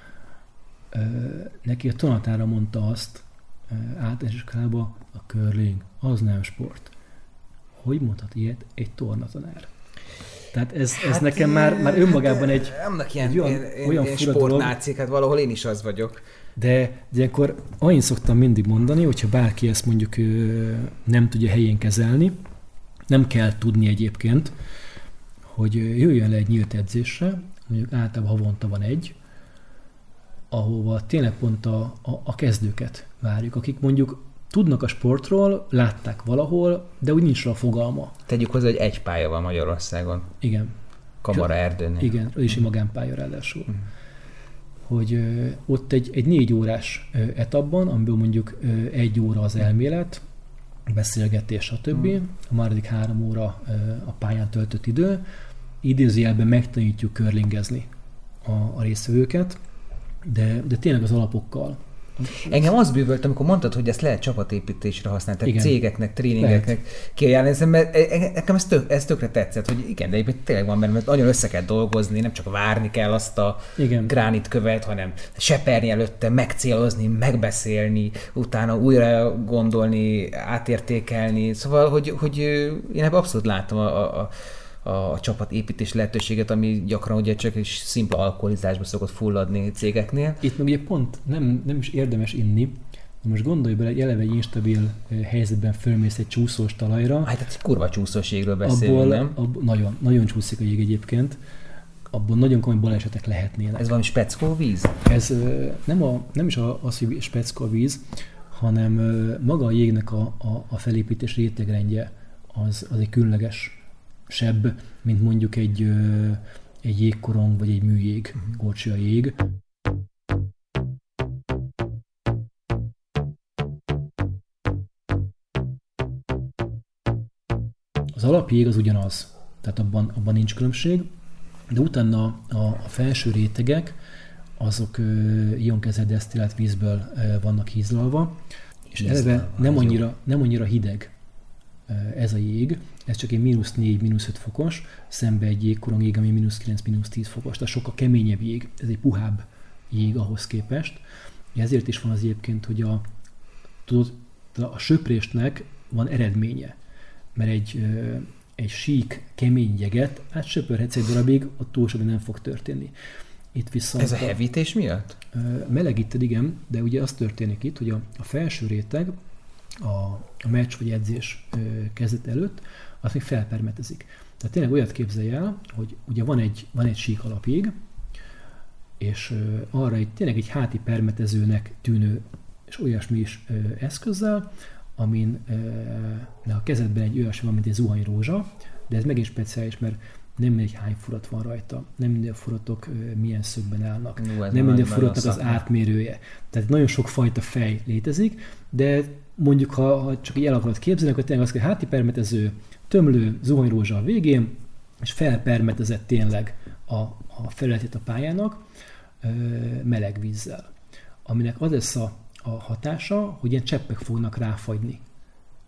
neki a tanatára mondta azt általános iskolában, a curling, az nem sport. Hogy mondhat ilyet egy tornatanár? Tehát ez nekem már önmagában egy olyan fura sportnácik, hát valahol én is az vagyok. De ilyenkor annyit szoktam mindig mondani, hogyha bárki ezt mondjuk nem tudja helyén kezelni, nem kell tudni egyébként, hogy jöjjön le egy nyílt edzésre, mondjuk általában havonta van egy, ahova tényleg pont a kezdőket várjuk, akik mondjuk tudnak a sportról, látták valahol, de úgy nincs rá a fogalma. Tegyük hozzá, hogy egy pálya van Magyarországon. Igen. Kamara Erdőnél. Igen, és egy magánpálya ráadásul. Hogy ott egy 4 órás etapban, amiből mondjuk 1 óra az elmélet, beszélgetés, stb. A második 3 óra a pályán töltött idő. Idézőjelben megtanítjuk curlingezni a résztvevőket, de tényleg az alapokkal. Engem az bűvölt, amikor mondtad, hogy ezt lehet csapatépítésre használni, tehát igen, cégeknek, tréningeknek kiajánlani, mert nekem ez tökre tetszett, hogy igen, de egyébként tényleg van benne, mert nagyon össze kell dolgozni, nem csak várni kell azt a gránitkövet, hanem seperni előtte, megcélozni, megbeszélni, utána újra gondolni, átértékelni, szóval, hogy én ebben abszolút látom a csapatépítés lehetőséget, ami gyakran ugye csak egy szimpla alkoholizásba szokott fulladni cégeknél. Itt meg ugye pont nem is érdemes inni. Most gondolj bele, egy eleve egy instabil helyzetben fölmész egy csúszós talajra. Hát egy kurva csúszós jégről beszélünk, nem? Nagyon, nagyon csúszik a jég egyébként. Abból nagyon komoly balesetek lehetnének. Ez valami speckó víz? Ez nem is az, hogy speckó víz, hanem maga a jégnek a felépítés rétegrendje az egy különleges sebb, mint mondjuk egy jégkorong, vagy egy műjég, gorcsia jég. Az alapjég az ugyanaz, tehát abban nincs különbség, de utána a felső rétegek, azok ionkezelt desztillált vízből vannak hízlalva, és eleve nem annyira hideg ez a jég, ez csak egy -4, -5 fokos, szembe egy jégkorong jég, ami -9, -10 fokos, tehát sokkal keményebb jég, ez egy puhább jég ahhoz képest. Ezért is van az egyébként, hogy a söprésnek van eredménye, mert egy sík, kemény jeget söpörhetsz egy darabig, ott túl sok nem fog történni. Itt viszont ez a hevítés miatt? Melegíted, igen, de ugye az történik itt, hogy a felső réteg a meccs vagy edzés kezdet előtt, az még felpermetezik. Tehát tényleg olyat képzelj el, hogy ugye van egy sík alapjég, és arra tényleg egy háti permetezőnek tűnő és olyasmi is eszközzel, amin a kezedben egy olyasmi van, mint egy zuhanyrózsa, de ez megint speciális, mert nem mindegy hány furat van rajta, nem minden furatok milyen szögben állnak, nem minden furatnak az átmérője. Tehát nagyon sok fajta fej létezik, de mondjuk, ha csak így el akarod képzelni, akkor tényleg az, hogy háti permetező, tömlő zuhanyrózsa a végén, és felpermetezett tényleg a felületét a pályának meleg vízzel, aminek az lesz a hatása, hogy ilyen cseppek fognak ráfagyni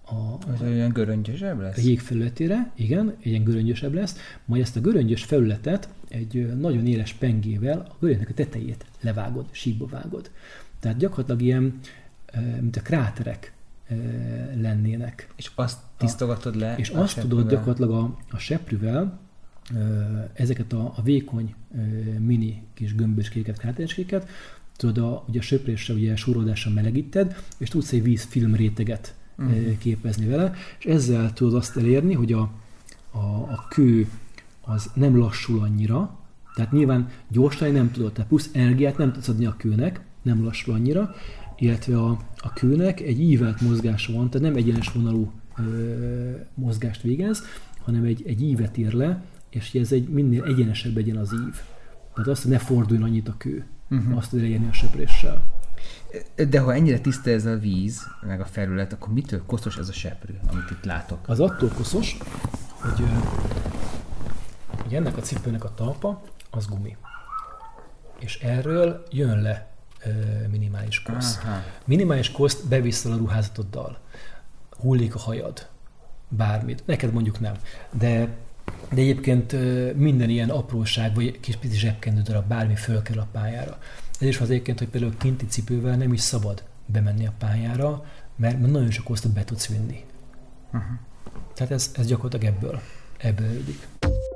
Az olyan göröngyösebb lesz? A jég felületére, igen, egy ilyen göröngyösebb lesz, majd ezt a göröngyös felületet egy nagyon éles pengével a göröngynek a tetejét levágod, síkba vágod. Tehát gyakorlatilag ilyen, mint a kráterek lennének. És azt tisztogatod le? És azt tudod gyakorlatilag a seprűvel ezeket a vékony mini kis gömböskéket, krátereskéket, tudod, ugye a söprésre, ugye súródással melegíted, és tudsz egy vízfilm réteget képezni vele, és ezzel tudod azt elérni, hogy a kő az nem lassul annyira, tehát nyilván gyorsan nem tudod, tehát plusz energiát nem tudsz adni a kőnek, nem lassul annyira, illetve a kőnek egy ívelt mozgása van, tehát nem egyenes vonalú mozgást végez, hanem egy ívet ír le, és ez egy minél egyenesebb legyen az ív. Tehát azt, hogy ne forduljon annyit a kő. Azt tud elérni a söpréssel. De ha ennyire tiszta ez a víz, meg a felület, akkor mitől koszos ez a seprű, amit itt látok? Az attól koszos, hogy ennek a cipőnek a talpa az gumi. És erről jön le minimális kosz. Aha. Minimális koszt beviszol a ruházatoddal. Hullik a hajad. Bármit. Neked mondjuk nem. De egyébként minden ilyen apróság, vagy kis pici zsebkendődarab, bármi fölkerül a pályára. Ez is az egyébként, hogy például kinti cipővel nem is szabad bemenni a pályára, mert nagyon sok kosztot be tudsz vinni. Tehát ez gyakorlatilag ebből jövődik.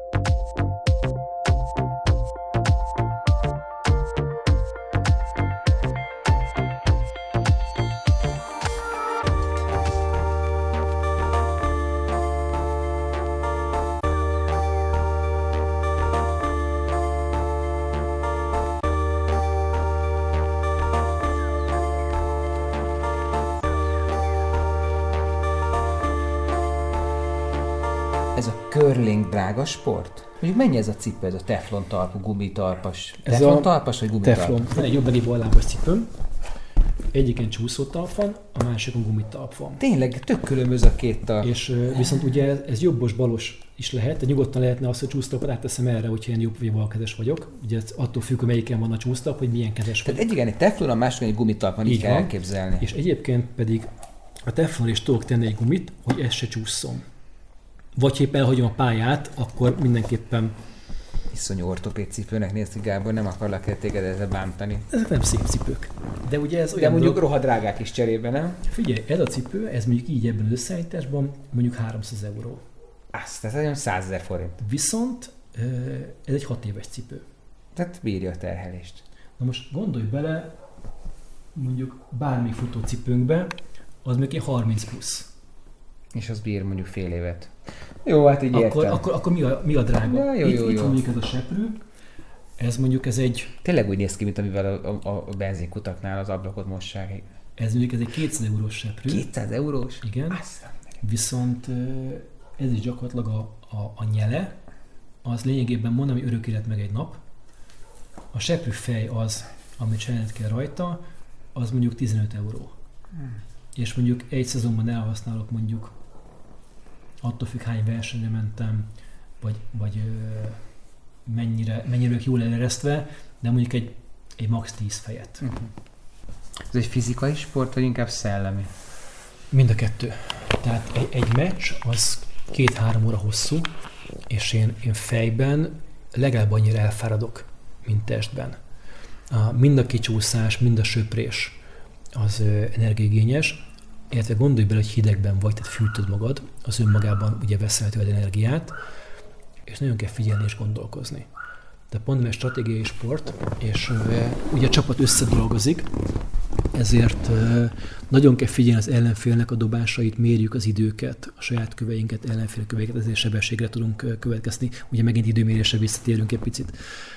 Ez a curling drága sport? Mondjuk mennyi ez a cipő, ez a teflon talpú, gumitalpas? Teflon talpas vagy gumitalpas? Teflon. Van egy jobbeli lábas cipőm. Egyiken csúszótalp van, a másikon gumitalp van. Tényleg, tök különböző a két talp. És viszont ugye ez jobbos-balos is lehet, de nyugodtan lehetne azt, hogy csúsztalpot átteszem erre, hogyha ilyen jobb vagy balkezes vagyok. Ugye attól függ, hogy melyiken van a csúsztalp, hogy milyen kezes vagyok. Tehát egyiken egy teflon, a másikon egy gumitalp van, így kell elképzelni. És egyébként pedig a teflonra is tudok tenni egy gumit, hogy ez se csúszson. Vagy éppen elhagyom a pályát, akkor mindenképpen... Iszonyú ortopéd cipőnek néz ki, Gábor, nem akarlak téged ezzel bántani. Ezek nem szép cipők. De ugye ez olyan de mondjuk rohadrágák is cserébe, nem? Figyelj, ez a cipő, ez mondjuk így ebben az összeállításban mondjuk 300 euró. Azt, ez olyan 100 000 forint. Viszont ez egy 6 éves cipő. Tehát bírja a terhelést. Na most gondolj bele, mondjuk bármi futócipőnkbe, az mondjuk 30 plusz. És az bír mondjuk fél évet. Jó, hát így értem. Akkor mi a drága? Ja, jó. Itt mondjuk ez a seprű, ez mondjuk ez egy... Tényleg úgy néz ki, mint amivel a benzinkutaknál az ablakot mossák. Ez mondjuk ez egy 200 eurós seprű. 200 eurós? Igen. Viszont ez is gyakorlatilag a nyele, az lényegében mondom, hogy örök élet meg egy nap. A seprű fej az, amit csinálni kell rajta, az mondjuk 15 euró. És mondjuk egy szezonban elhasználok mondjuk, attól függ hány versenyre mentem, vagy mennyire vagyok jól eleresztve, de mondjuk egy max 10 fejet. Ez egy fizikai sport, vagy inkább szellemi? Mind a kettő. Tehát egy meccs az 2-3 óra hosszú, és én fejben legalább annyira elfáradok, mint testben. Mind a kicsúszás, mind a söprés az energiaigényes, illetve gondolj bele, hogy hidegben vagy, tehát fűtöd magad, az önmagában ugye veszel tőled energiát, és nagyon kell figyelni és gondolkozni. Tehát pont mert stratégiai sport, és ugye a csapat összedolgozik, ezért nagyon kell figyelni az ellenfélnek a dobásait, mérjük az időket, a saját köveinket, ellenfél köveiket, ezért sebességre tudunk következni. Ugye megint időmérésre visszatérünk egy picit.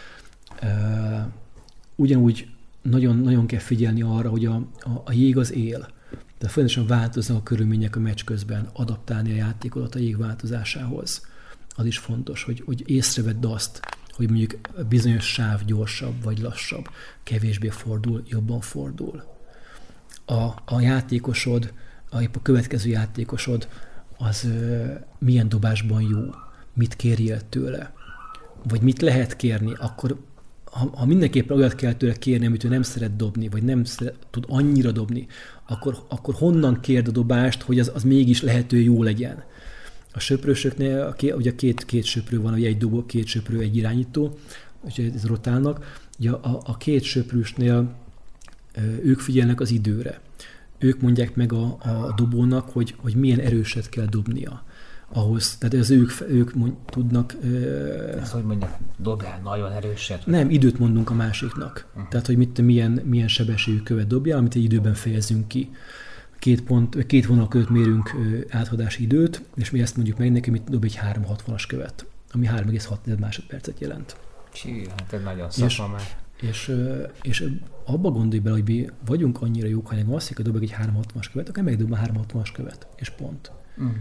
Ugyanúgy nagyon kell figyelni arra, hogy a jég az él. Tehát folyamatosan változnak a körülmények a meccs közben, adaptálni a játékodat a jég változásához. Az is fontos, hogy észrevedd azt, hogy mondjuk bizonyos sáv gyorsabb vagy lassabb, kevésbé fordul, jobban fordul. A játékosod, a következő játékosod, az milyen dobásban jó, mit kérjél tőle, vagy mit lehet kérni, akkor ha mindenképpen olyat kell tőle kérni, amit ő nem szeret dobni, vagy nem tud annyira dobni, akkor honnan kérd a dobást, hogy az mégis lehető jó legyen. A söprősöknél ugye két söprő van, ugye egy dobó, két söprő, egy irányító, úgyhogy ez rotálnak. Ugye a két söprősnél ők figyelnek az időre. Ők mondják meg a dobónak, hogy milyen erőset kell dobnia ahhoz. Tehát az ők tudnak... Ezt hogy mondják, dobjál nagyon erőset? Nem, időt mondunk a másiknak. Tehát, hogy milyen sebességű követ dobjál, amit egy időben fejezünk ki. Két vonal között mérünk áthadási időt, és mi ezt mondjuk meg neki, hogy dob egy 360-as követ, ami 3,6 másodpercet jelent. Hát ez nagyon szakma már. És abba gondolj bele, hogy mi vagyunk annyira jók, ha nekem azt hiszik, hogy dobok egy 360-as követ, akkor megdobom a 360-as követ, és pont.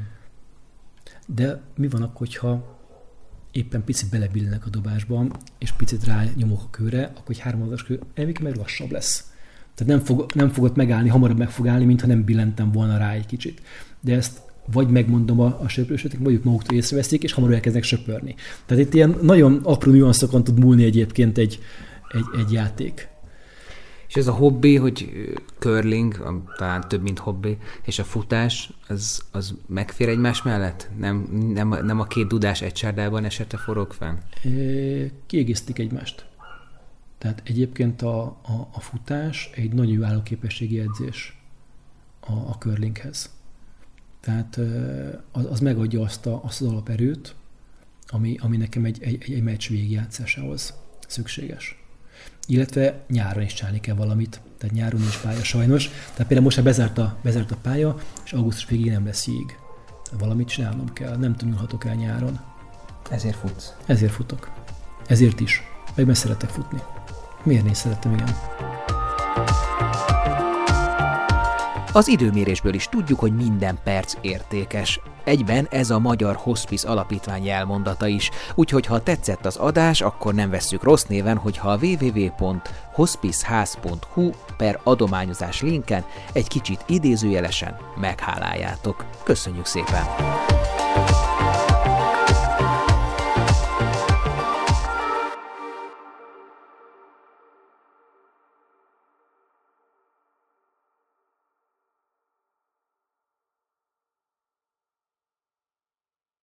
De mi van akkor, hogyha éppen picit belebillenek a dobásba, és picit rányomok a kőre, akkor egy 360-as kő elvéke meg lassabb lesz. Tehát nem fogod megállni, hamarabb meg fog állni, mintha nem billentem volna rá egy kicsit. De ezt vagy megmondom a söprősöknek, vagy ők maguktól észreveszik, és hamarabb elkezdenek söpörni. Tehát itt ilyen nagyon apró nüanszokon tud múlni egyébként egy játék. És ez a hobbi, hogy curling, talán több, mint hobbi, és a futás, az megfér egymás mellett? Nem a két dudás egy csárdában esete forog fenn? Kiegészítik egymást. Tehát egyébként a futás egy nagyon jó állóképességi edzés a curlinghez. Tehát az megadja azt az alaperőt, ami nekem egy meccs végigjátszásához szükséges. Illetve nyáron is csinálni kell valamit, tehát nyáron is pálya sajnos. Tehát például most bezárt a pálya, és augusztus végig nem lesz jég. Valamit csinálnom kell, nem nyúlhatok el nyáron. Ezért futsz? Ezért futok. Ezért is. Meg szeretek futni. Miért én szerettem, igen. Az időmérésből is tudjuk, hogy minden perc értékes. Egyben ez a Magyar Hospice Alapítvány jelmondata is, úgyhogy ha tetszett az adás, akkor nem vesszük rossz néven, hogyha a www.hospiceház.hu/adományozás linken egy kicsit idézőjelesen megháláljátok. Köszönjük szépen!